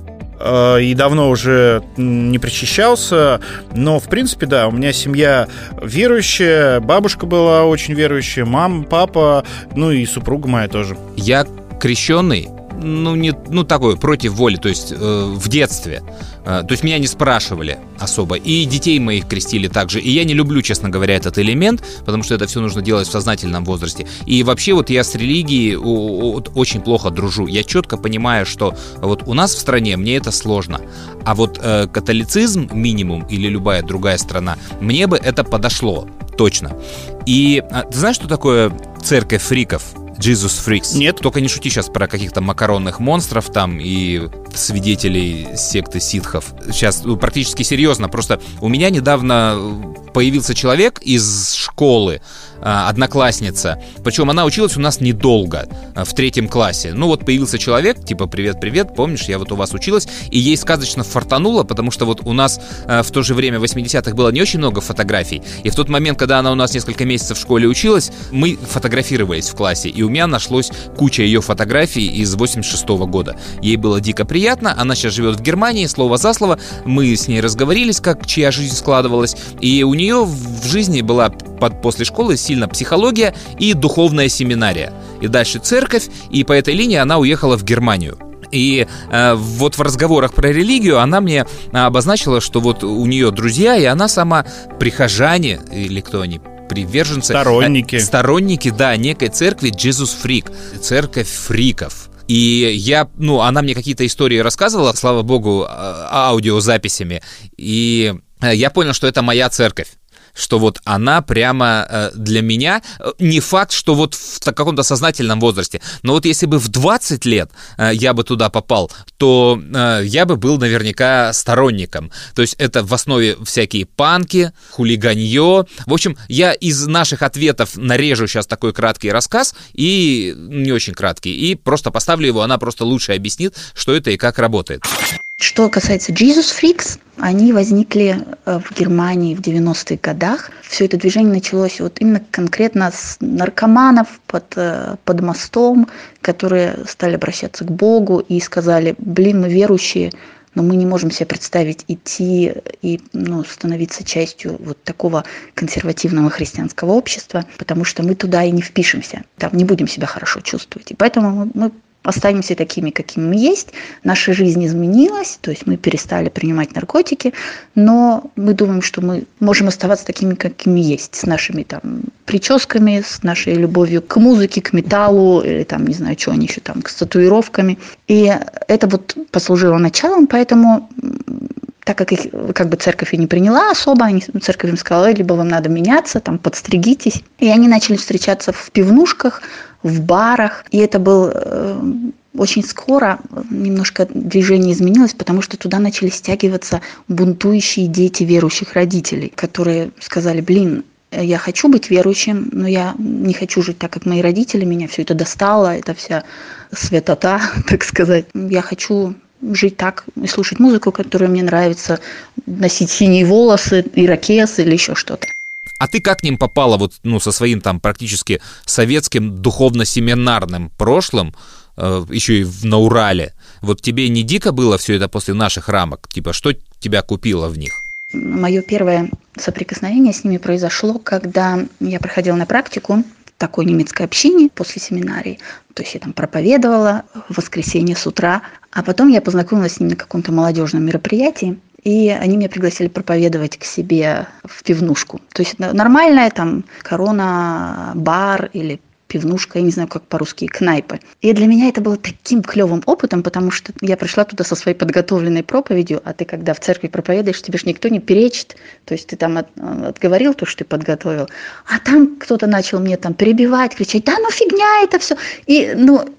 И давно уже не причащался. Но, в принципе, да, у меня семья верующая. Бабушка была очень верующая, мама, папа, ну и супруга моя тоже. Я крещенный. Такой, против воли, то есть в детстве. То есть меня не спрашивали особо. И детей моих крестили также. И я не люблю, честно говоря, этот элемент, потому что это все нужно делать в сознательном возрасте. И вообще вот я с религией очень плохо дружу. Я четко понимаю, что вот у нас в стране мне это сложно. А вот католицизм минимум или любая другая страна, мне бы это подошло. Точно. И ты знаешь, что такое церковь фриков? Jesus Freaks. Нет. Только не шути сейчас про каких-то макаронных монстров там и свидетелей секты ситхов. Сейчас практически серьезно. Просто у меня недавно появился человек из школы, одноклассница. Причем она училась у нас недолго, в 3 классе. Ну вот появился человек, типа привет-привет, помнишь, я вот у вас училась. И ей сказочно фартануло, потому что вот у нас в то же время в 80-х было не очень много фотографий. И в тот момент, когда она у нас несколько месяцев в школе училась, мы фотографировались в классе. И у меня нашлось куча ее фотографий из 86-го года. Ей было дико приятно, она сейчас живет в Германии, слово за слово. Мы с ней разговорились, как чья жизнь складывалась. И у нее в жизни была после школы сильно психология и духовная семинария. И дальше церковь, и по этой линии она уехала в Германию. И вот в разговорах про религию она мне обозначила, что вот у нее друзья, и она сама прихожане, или кто они, приверженцы... Сторонники, да, некой церкви Jesus Freak, церковь фриков. И она мне какие-то истории рассказывала, слава богу, аудиозаписями, и я понял, что это моя церковь. Что вот она прямо для меня, не факт, что вот в каком-то сознательном возрасте, но вот если бы в 20 лет я бы туда попал, то я бы был наверняка сторонником. То есть это в основе всякие панки, хулиганье. В общем, я из наших ответов нарежу сейчас такой краткий рассказ, и не очень краткий, и просто поставлю его, она просто лучше объяснит, что это и как работает. Что касается Jesus Freaks, они возникли в Германии в 90-х годах. Все это движение началось вот именно конкретно с наркоманов под мостом, которые стали обращаться к Богу и сказали: мы верующие, но мы не можем себе представить идти и становиться частью вот такого консервативного христианского общества, потому что мы туда и не впишемся, там не будем себя хорошо чувствовать. И поэтому мы останемся такими, какими мы есть. Наша жизнь изменилась, то есть мы перестали принимать наркотики, но мы думаем, что мы можем оставаться такими, какими есть, с нашими там прическами, с нашей любовью к музыке, к металлу, или там, не знаю, что они еще там, с татуировками. И это вот послужило началом, поэтому так как их как бы церковь и не приняла особо, церковь им сказала, либо вам надо меняться, там, подстригитесь. И они начали встречаться в пивнушках, в барах. И это был очень скоро, немножко движение изменилось, потому что туда начали стягиваться бунтующие дети верующих родителей, которые сказали, я хочу быть верующим, но я не хочу жить так, как мои родители, меня все это достало, это вся святота, так сказать. Я хочу жить так и слушать музыку, которая мне нравится, носить синие волосы, ирокез или еще что-то. А ты как к ним попала вот, со своим там практически советским духовно-семинарным прошлым, еще и на Урале? Вот тебе не дико было все это после наших рамок? Типа, что тебя купило в них? Мое первое соприкосновение с ними произошло, когда я проходила на практику в такой немецкой общине после семинарии. То есть я там проповедовала в воскресенье с утра, а потом я познакомилась с ними на каком-то молодежном мероприятии. И они меня пригласили проповедовать к себе в пивнушку. То есть нормальная там корона, бар или пивнушка, я не знаю, как по-русски, кнайпы. И для меня это было таким клевым опытом, потому что я пришла туда со своей подготовленной проповедью, а ты, когда в церкви проповедуешь, тебе же никто не перечит, то есть ты там отговорил то, что ты подготовил, а там кто-то начал мне там перебивать, кричать, да ну фигня это все. И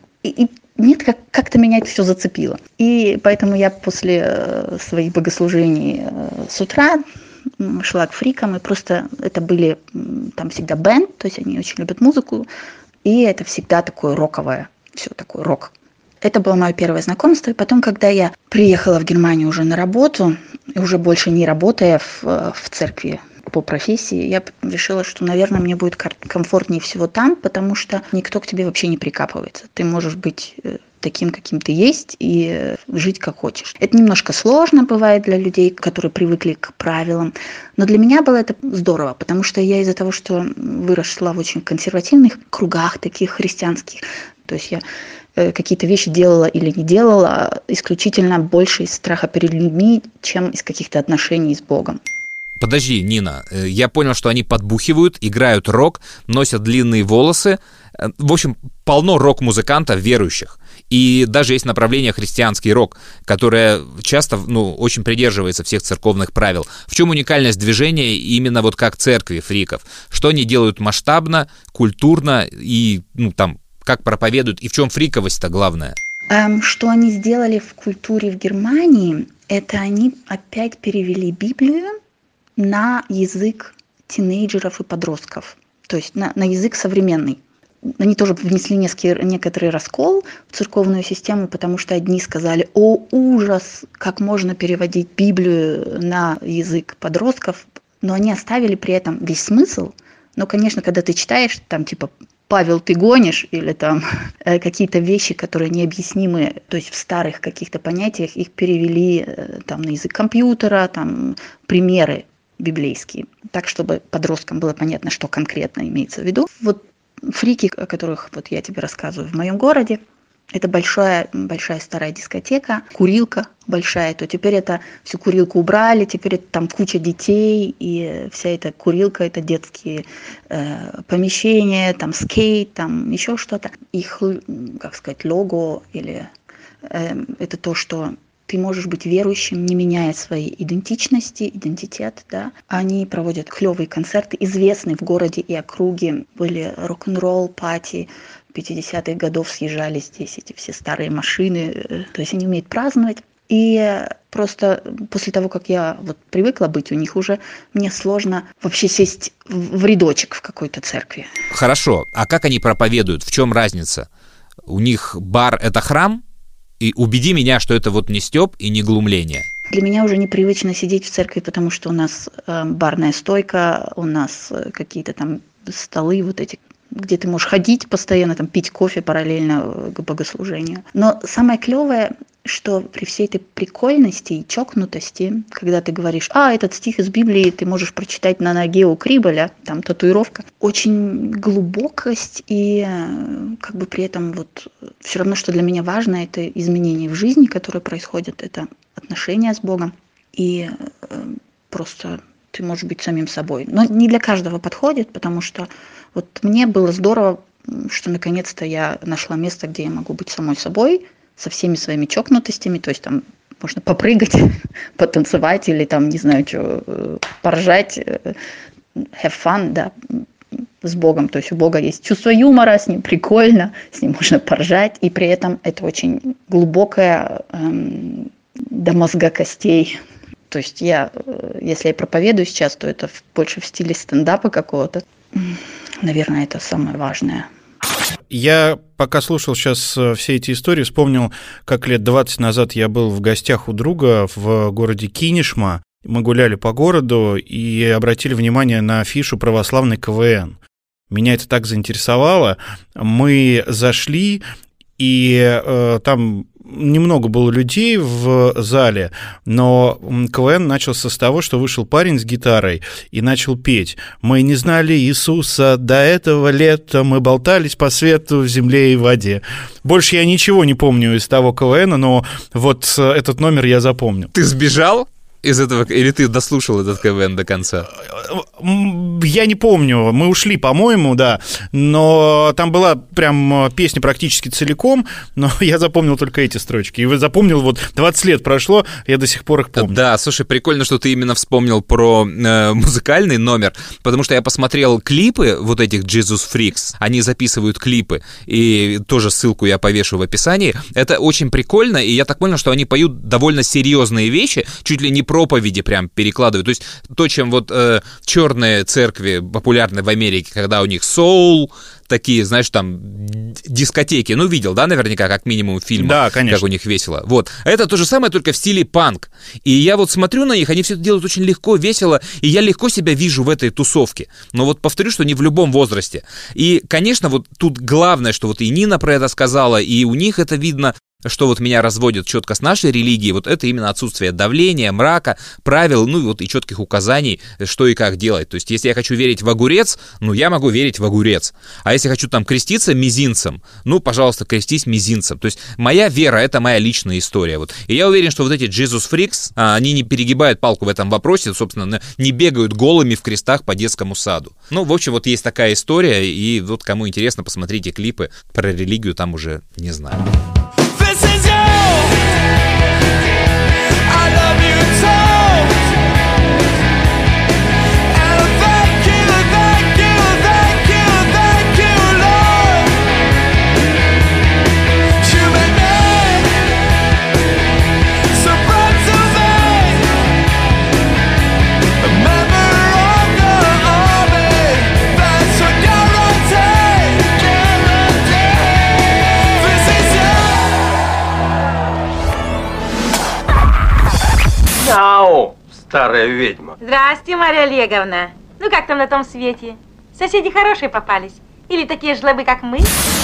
нет, как-то меня это все зацепило. И поэтому я после своих богослужений с утра шла к фрикам, и просто это были там всегда бэнд, то есть они очень любят музыку, и это всегда такое роковое, все такое рок. Это было мое первое знакомство, и потом, когда я приехала в Германию уже на работу, и уже больше не работая в церкви по профессии, я решила, что, наверное, мне будет комфортнее всего там, потому что никто к тебе вообще не прикапывается. Ты можешь быть таким, каким ты есть, и жить как хочешь. Это немножко сложно бывает для людей, которые привыкли к правилам, но для меня было это здорово, потому что я из-за того, что выросла в очень консервативных кругах таких христианских, то есть я какие-то вещи делала или не делала исключительно больше из страха перед людьми, чем из каких-то отношений с Богом. Подожди, Нина, я понял, что они подбухивают, играют рок, носят длинные волосы. В общем, полно рок-музыкантов верующих. И даже есть направление христианский рок, которое часто, очень придерживается всех церковных правил. В чем уникальность движения именно вот как церкви фриков? Что они делают масштабно, культурно и, как проповедуют? И в чем фриковость-то главное? Что они сделали в культуре в Германии, это они опять перевели Библию на язык тинейджеров и подростков, то есть на язык современный. Они тоже внесли некоторый раскол в церковную систему, потому что одни сказали, о, ужас, как можно переводить Библию на язык подростков, но они оставили при этом весь смысл. Но, конечно, когда ты читаешь, там типа «Павел, ты гонишь» или там какие-то вещи, которые необъяснимы, то есть в старых каких-то понятиях их перевели там на язык компьютера, там примеры библейские, так, чтобы подросткам было понятно, что конкретно имеется в виду. Вот фрики, о которых вот я тебе рассказываю в моем городе, это большая старая дискотека, курилка большая, то теперь это всю курилку убрали, теперь это там куча детей, и вся эта курилка, это детские помещения, там скейт, там еще что-то. Их, лого или это то, что ты можешь быть верующим, не меняя своей идентитет, да. Они проводят клевые концерты, известные в городе и округе. Были рок-н-ролл, пати, 50-х годов съезжались здесь эти все старые машины. То есть они умеют праздновать. И просто после того, как я вот привыкла быть у них уже, мне сложно вообще сесть в рядочек в какой-то церкви. Хорошо, а как они проповедуют? В чем разница? У них бар – это храм? И убеди меня, что это вот не стёб и не глумление. Для меня уже непривычно сидеть в церкви, потому что у нас барная стойка, у нас какие-то там столы вот эти, где ты можешь ходить постоянно, там пить кофе параллельно к богослужению. Но самое клевое, что при всей этой прикольности и чокнутости, когда ты говоришь, этот стих из Библии ты можешь прочитать на ноге у Криболя, там татуировка, очень глубокость и как бы при этом вот все равно, что для меня важно, это изменения в жизни, которые происходят, это отношения с Богом и просто ты можешь быть самим собой. Но не для каждого подходит, потому что вот мне было здорово, что наконец-то я нашла место, где я могу быть самой собой, со всеми своими чокнутостями, то есть там можно попрыгать, потанцевать или там, не знаю, что, поржать, have fun, да, с Богом. То есть у Бога есть чувство юмора, с ним прикольно, с ним можно поржать, и при этом это очень глубокое до мозга костей. То есть если я проповедую сейчас, то это больше в стиле стендапа какого-то. Наверное, это самое важное. Я пока слушал сейчас все эти истории, вспомнил, как лет 20 назад я был в гостях у друга в городе Кинешма. Мы гуляли по городу и обратили внимание на афишу «Православный КВН». Меня это так заинтересовало. Мы зашли, и там немного было людей в зале, но КВН начался с того, что вышел парень с гитарой и начал петь. «Мы не знали Иисуса до этого лета, мы болтались по свету в земле и в воде». Больше я ничего не помню из того КВНа, но вот этот номер я запомнил. Ты сбежал из этого, или ты дослушал этот КВН до конца? Я не помню, мы ушли, по-моему, да, но там была прям песня практически целиком, но я запомнил только эти строчки. И запомнил, вот 20 лет прошло, я до сих пор их помню. Да, слушай, прикольно, что ты именно вспомнил про музыкальный номер, потому что я посмотрел клипы вот этих Jesus Freaks, они записывают клипы, и тоже ссылку я повешу в описании. Это очень прикольно, и я так понял, что они поют довольно серьезные вещи, чуть ли не проповеди прям перекладывают. То есть то, чем вот черные церкви популярны в Америке, когда у них соул, такие, знаешь, там, дискотеки. Ну, видел, да, наверняка, как минимум фильм, да, конечно, как у них весело. Вот. Это то же самое, только в стиле панк. И я вот смотрю на них, они все это делают очень легко, весело, и я легко себя вижу в этой тусовке. Но вот повторю, что не в любом возрасте. И, конечно, вот тут главное, что вот и Нина про это сказала, и у них это видно, что вот меня разводит четко с нашей религией, вот это именно отсутствие давления, мрака, правил, ну вот и четких указаний, что и как делать. То есть, если я хочу верить в огурец, ну, я могу верить в огурец. А если хочу там креститься мизинцем, ну, пожалуйста, крестись мизинцем. То есть, моя вера — это моя личная история. Вот. И я уверен, что вот эти Jesus Freaks, они не перегибают палку в этом вопросе, собственно, не бегают голыми в крестах по детскому саду. Ну, в общем, вот есть такая история, и вот кому интересно, посмотрите клипы про религию, там уже не знаю. This is you. I love you so. And thank you, thank you, thank you, thank you, Lord. You made me so proud to be a member of the army. That's a guarantee, guarantee. This is you. Ау, старая ведьма. Здрасте, Марья Олеговна. Ну как там на том свете? Соседи хорошие попались? Или такие жлобы, как мы?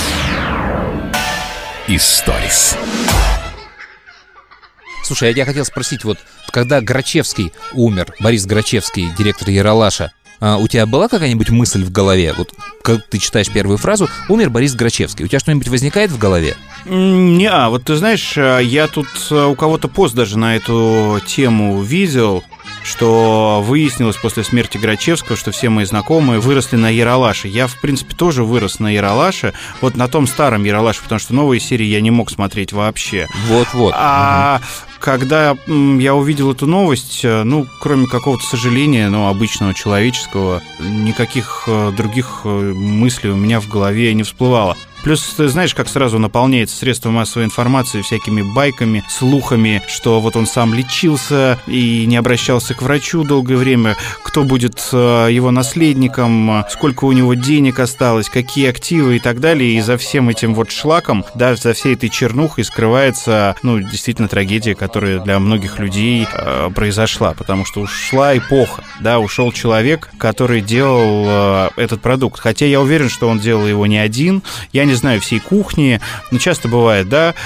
Историс. Слушай, я тебя хотел спросить, вот когда Грачевский умер, Борис Грачевский, директор Ералаша, у тебя была какая-нибудь мысль в голове? Вот как ты читаешь первую фразу «Умер Борис Грачевский», у тебя что-нибудь возникает в голове? Не, вот ты знаешь, я тут у кого-то пост даже на эту тему видел, что выяснилось после смерти Грачевского, что все мои знакомые выросли на Ералаше. Я, в принципе, тоже вырос на Ералаше, вот на том старом Ералаше, потому что новые серии я не мог смотреть вообще. Вот-вот. Когда я увидел эту новость, ну, кроме какого-то сожаления, ну, обычного человеческого, никаких других мыслей у меня в голове не всплывало. Плюс, ты знаешь, как сразу наполняется средства массовой информации всякими байками, слухами, что вот он сам лечился и не обращался к врачу долгое время, кто будет его наследником, сколько у него денег осталось, какие активы и так далее. И за всем этим вот шлаком, да, за всей этой чернухой скрывается, ну, действительно трагедия, которая для многих людей произошла, потому что ушла эпоха, да, ушел человек, который делал этот продукт. Хотя я уверен, что он делал его не один. Я не не знаю всей кухни, но часто бывает, да,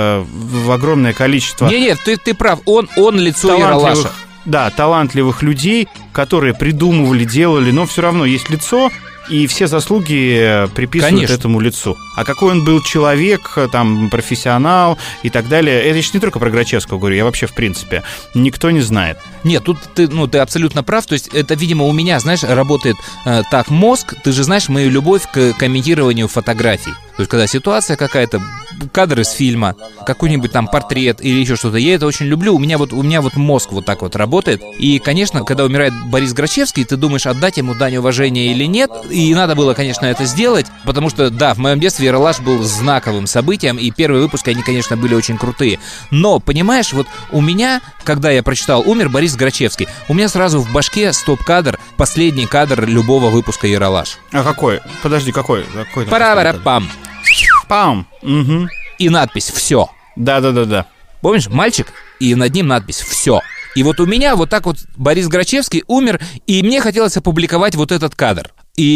в огромное количество... Нет, ты прав, он лицо Ералаша. Да, талантливых людей, которые придумывали, делали, но все равно есть лицо, и все заслуги приписывают Конечно. этому лицу. А какой он был человек, там, профессионал и так далее, это еще не только про Грачевского говорю, я вообще, в принципе, никто не знает. Нет, тут ты абсолютно прав, то есть это, видимо, у меня, знаешь, работает так мозг, ты же знаешь мою любовь к комментированию фотографий. То есть, когда ситуация какая-то, кадр из фильма, какой-нибудь там портрет или еще что-то, я это очень люблю, у меня вот мозг вот так вот работает. И, конечно, когда умирает Борис Грачевский, ты думаешь, отдать ему дань уважения или нет, и надо было, конечно, это сделать, потому что, да, в моем детстве Ералаш был знаковым событием, и первые выпуски, они, конечно, были очень крутые. Но, понимаешь, вот у меня, когда я прочитал «Умер Борис Грачевский», у меня сразу в башке стоп-кадр, последний кадр любого выпуска Ералаш. А какой? Подожди, какой? Пара-пара-пам. Пам. Угу. И надпись «Все». Да. Помнишь, мальчик, и над ним надпись «Все». И вот у меня вот так вот Борис Грачевский умер, и мне хотелось опубликовать вот этот кадр.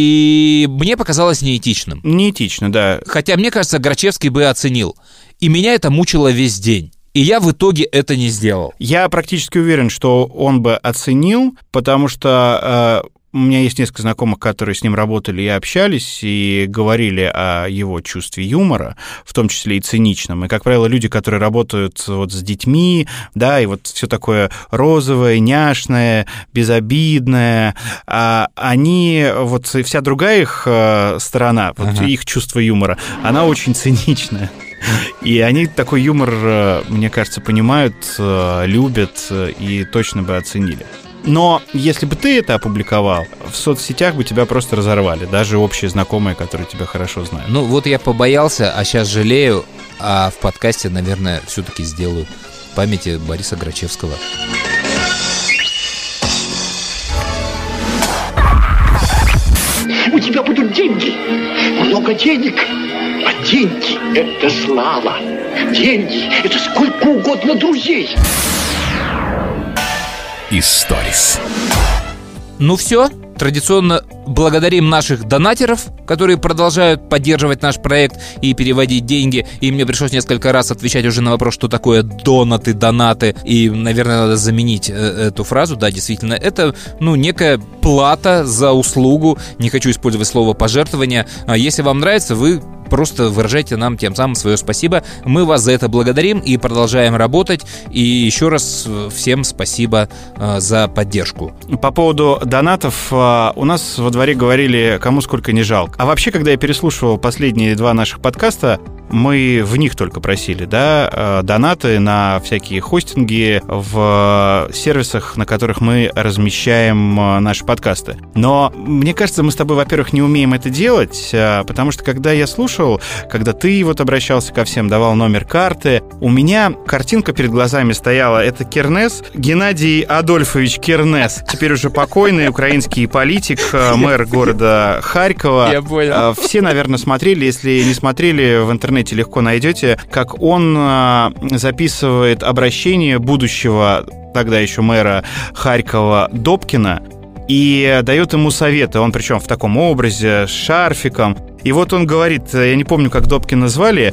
И мне показалось неэтичным. Неэтично, да. Хотя, мне кажется, Грачевский бы оценил. И меня это мучило весь день. И я в итоге это не сделал. Я практически уверен, что он бы оценил, потому что у меня есть несколько знакомых, которые с ним работали и общались, и говорили о его чувстве юмора, в том числе и циничном. И, как правило, люди, которые работают вот с детьми, да, и вот все такое розовое, няшное, безобидное, они, вот вся другая их сторона, вот их чувство юмора, она очень циничная. И они такой юмор, мне кажется, понимают, любят и точно бы оценили. Но если бы ты это опубликовал, в соцсетях бы тебя просто разорвали, даже общие знакомые, которые тебя хорошо знают. Ну вот я побоялся, а сейчас жалею, а в подкасте, наверное, все-таки сделаю в памяти Бориса Грачевского. У тебя будут деньги, много денег. А деньги – это слава. Деньги – это сколько угодно друзей. Историс. Ну все, традиционно благодарим наших донатеров, которые продолжают поддерживать наш проект и переводить деньги. И мне пришлось несколько раз отвечать уже на вопрос, что такое донаты. И, наверное, надо заменить эту фразу. Да, действительно, это, некая плата за услугу. Не хочу использовать слово пожертвование. Если вам нравится, вы просто выражайте нам тем самым свое спасибо. Мы вас за это благодарим и продолжаем работать. И еще раз всем спасибо за поддержку. По поводу донатов, у нас во дворе говорили, кому сколько не жалко. А вообще, когда я переслушивал последние 2 наших подкаста, мы в них только просили, да, донаты на всякие хостинги в сервисах, на которых мы размещаем наши подкасты. Но мне кажется, мы с тобой, во-первых, не умеем это делать, потому что когда я слушал, когда ты вот обращался ко всем, давал номер карты, у меня картинка перед глазами стояла. Это Кернес, Геннадий Адольфович Кернес, теперь уже покойный украинский политик, мэр города Харькова. Я понял. Все, наверное, смотрели, если не смотрели, в интернете легко найдете, как он записывает обращение будущего, тогда еще мэра Харькова, Добкина, и дает ему советы. Он причем в таком образе, с шарфиком. И вот он говорит, я не помню, как Добкина звали,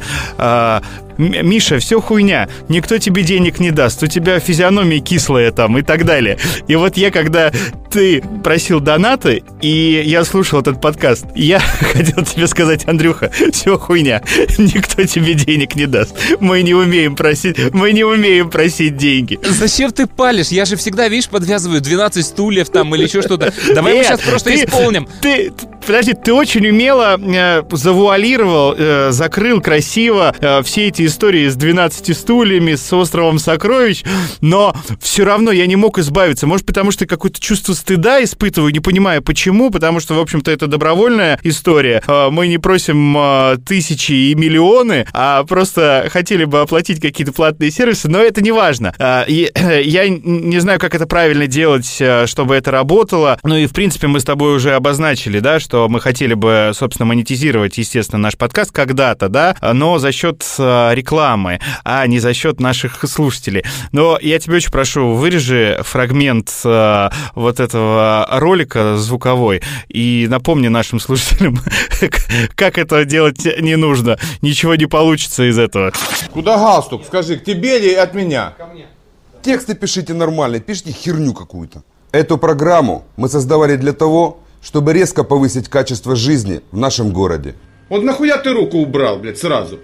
Миша, все хуйня, никто тебе денег не даст, у тебя физиономия кислая там и так далее. И вот я, когда ты просил донаты, и я слушал этот подкаст, я хотел тебе сказать, Андрюха, все хуйня, никто тебе денег не даст. Мы не умеем просить деньги. Зачем ты палишь? Я же всегда, видишь, подвязываю 12 стульев там или еще что-то. Давай мы сейчас просто исполним. Подожди, ты очень умело завуалировал, закрыл красиво все эти истории с 12 стульями, с островом сокровищ, но все равно я не мог избавиться. Может, потому что какое-то чувство стыда испытываю, не понимаю почему, потому что, в общем-то, это добровольная история. Мы не просим тысячи и миллионы, а просто хотели бы оплатить какие-то платные сервисы, но это не важно. Я не знаю, как это правильно делать, чтобы это работало. Ну и, в принципе, мы с тобой уже обозначили, да, что что мы хотели бы, собственно, монетизировать, естественно, наш подкаст когда-то, да, но за счет рекламы, а не за счет наших слушателей. Но я тебя очень прошу, вырежи фрагмент вот этого ролика звуковой и напомни нашим слушателям, как это делать не нужно. Ничего не получится из этого. Куда галстук? Скажи, к тебе или от меня? Ко мне. Тексты пишите нормально, пишите херню какую-то. Эту программу мы создавали для того, чтобы резко повысить качество жизни в нашем городе. Вот нахуя ты руку убрал, блядь, сразу?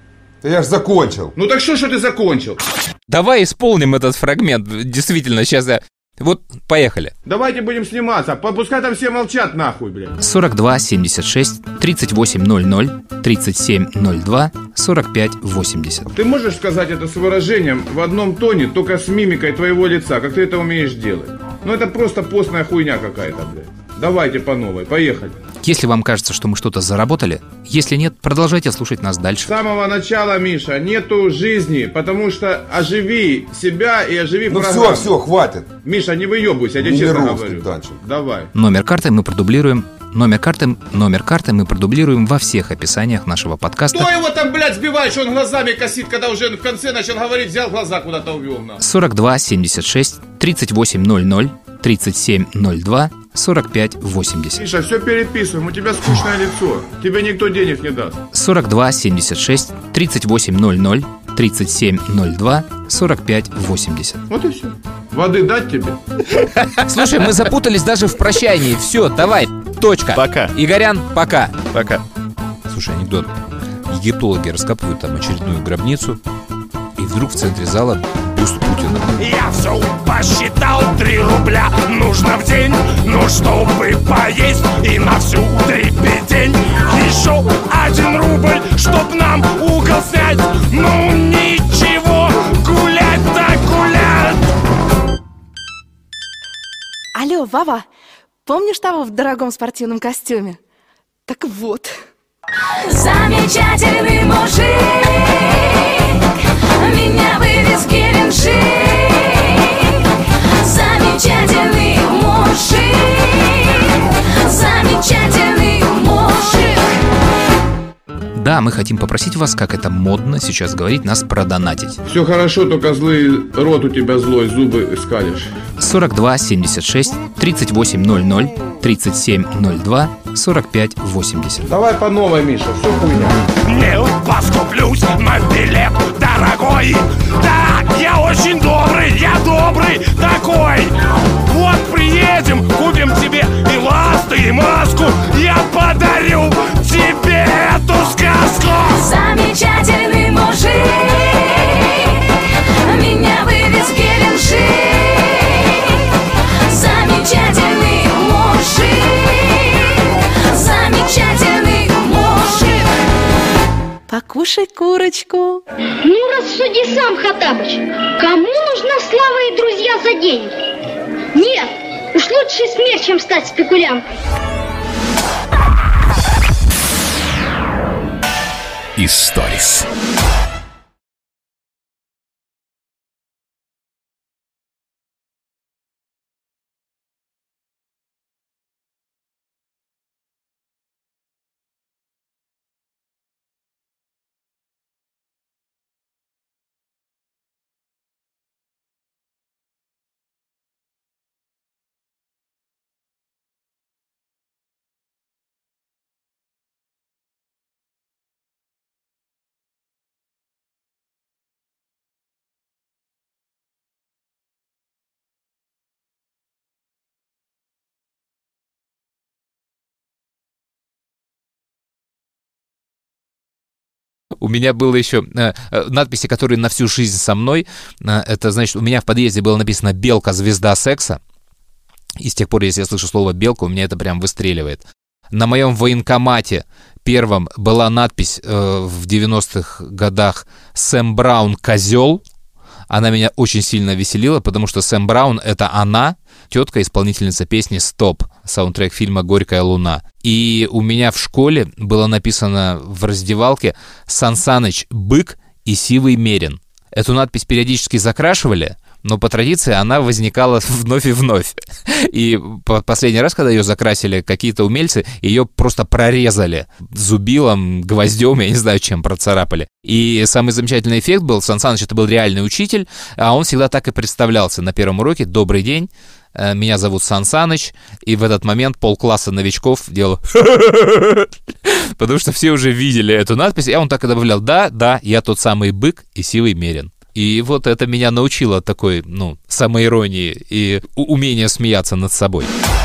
Да я ж закончил. Ну так что ты закончил? Давай исполним этот фрагмент. Действительно, сейчас я... Вот, поехали. Давайте будем сниматься. Пускай там все молчат нахуй, блядь. 42 76 38 00 37 02 45 80. Ты можешь сказать это с выражением в одном тоне, только с мимикой твоего лица, как ты это умеешь делать? Ну это просто постная хуйня какая-то, блядь. Давайте по новой, поехали. Если вам кажется, что мы что-то заработали, если нет, продолжайте слушать нас дальше. С самого начала, Миша, нету жизни, потому что оживи себя и оживи программу. Ну все, хватит. Миша, не выебывайся, я тебе честно говорю. Давай. Номер карты мы продублируем. Номер карты мы продублируем во всех описаниях нашего подкаста. Кто его там, блядь, сбивает, что он глазами косит, когда уже в конце начал говорить, взял глаза куда-то увел нас. 42 76 38 00 37 02 45 80. Миша, все переписываем, у тебя скучное лицо. Тебе никто денег не даст. 42 76 38 00 37 02 45 80. Вот и все. Воды дать тебе? Слушай, мы запутались даже в прощании. Все, давай, точка. Пока. Игорян, пока. Пока. Слушай, анекдот. Египтологи раскапывают там очередную гробницу, и вдруг в центре зала бюст Путина. Я все посчитал, 3 рубля нужно в день, ну чтобы поесть и на всю дребедень. Еще 1 рубль, чтоб нам угол снять, ну ничего, гулять так гулять. Алло, Вова, помнишь того в дорогом спортивном костюме? Так вот. Замечательный мужик, меня вывез в Геленджик. Замечательный мужик, замечательный мужик. Да, мы хотим попросить вас, как это модно сейчас говорить, нас продонатить. Все хорошо, только злый рот у тебя злой, зубы скалишь. 42 76 38 00 37 02 45 80. Давай по новой, Миша, все хуйня. Не поскуплюсь на билет дорогой. Да, я очень добрый, я добрый такой. Вот приедем, купим тебе и ласты, и маску. Я подарю тебе эту сказку. Замечательный мужик, меня вывез в Геленджик. Замечательный мужик, замечательный мужик. Покушай курочку. Ну, рассуди сам, Хаттабыч. Кому нужна слава и друзья за деньги? Нет, уж лучше смерть, чем стать спекулянткой. Историс. У меня было еще надписи, которые на всю жизнь со мной. Это значит, у меня в подъезде было написано «Белка, звезда секса». И с тех пор, если я слышу слово «белка», у меня это прям выстреливает. На моем военкомате первом была надпись в 90-х годах «Сэм Браун, козел». Она меня очень сильно веселила, потому что Сэм Браун — это она, тетка, исполнительница песни «Стоп», саундтрек фильма «Горькая луна». И у меня в школе было написано в раздевалке «Сан Саныч, бык и сивый мерин». Эту надпись периодически закрашивали, но по традиции она возникала вновь и вновь. И последний раз, когда ее закрасили какие-то умельцы, ее просто прорезали зубилом, гвоздем, я не знаю, чем процарапали. И самый замечательный эффект был, Сан Саныч это был реальный учитель, а он всегда так и представлялся на первом уроке: «Добрый день, меня зовут Сан Саныч», и в этот момент полкласса новичков делал потому что все уже видели эту надпись, и он так и добавлял: да, я тот самый бык и сивый мерин. И вот это меня научило такой, самоиронии и умению смеяться над собой.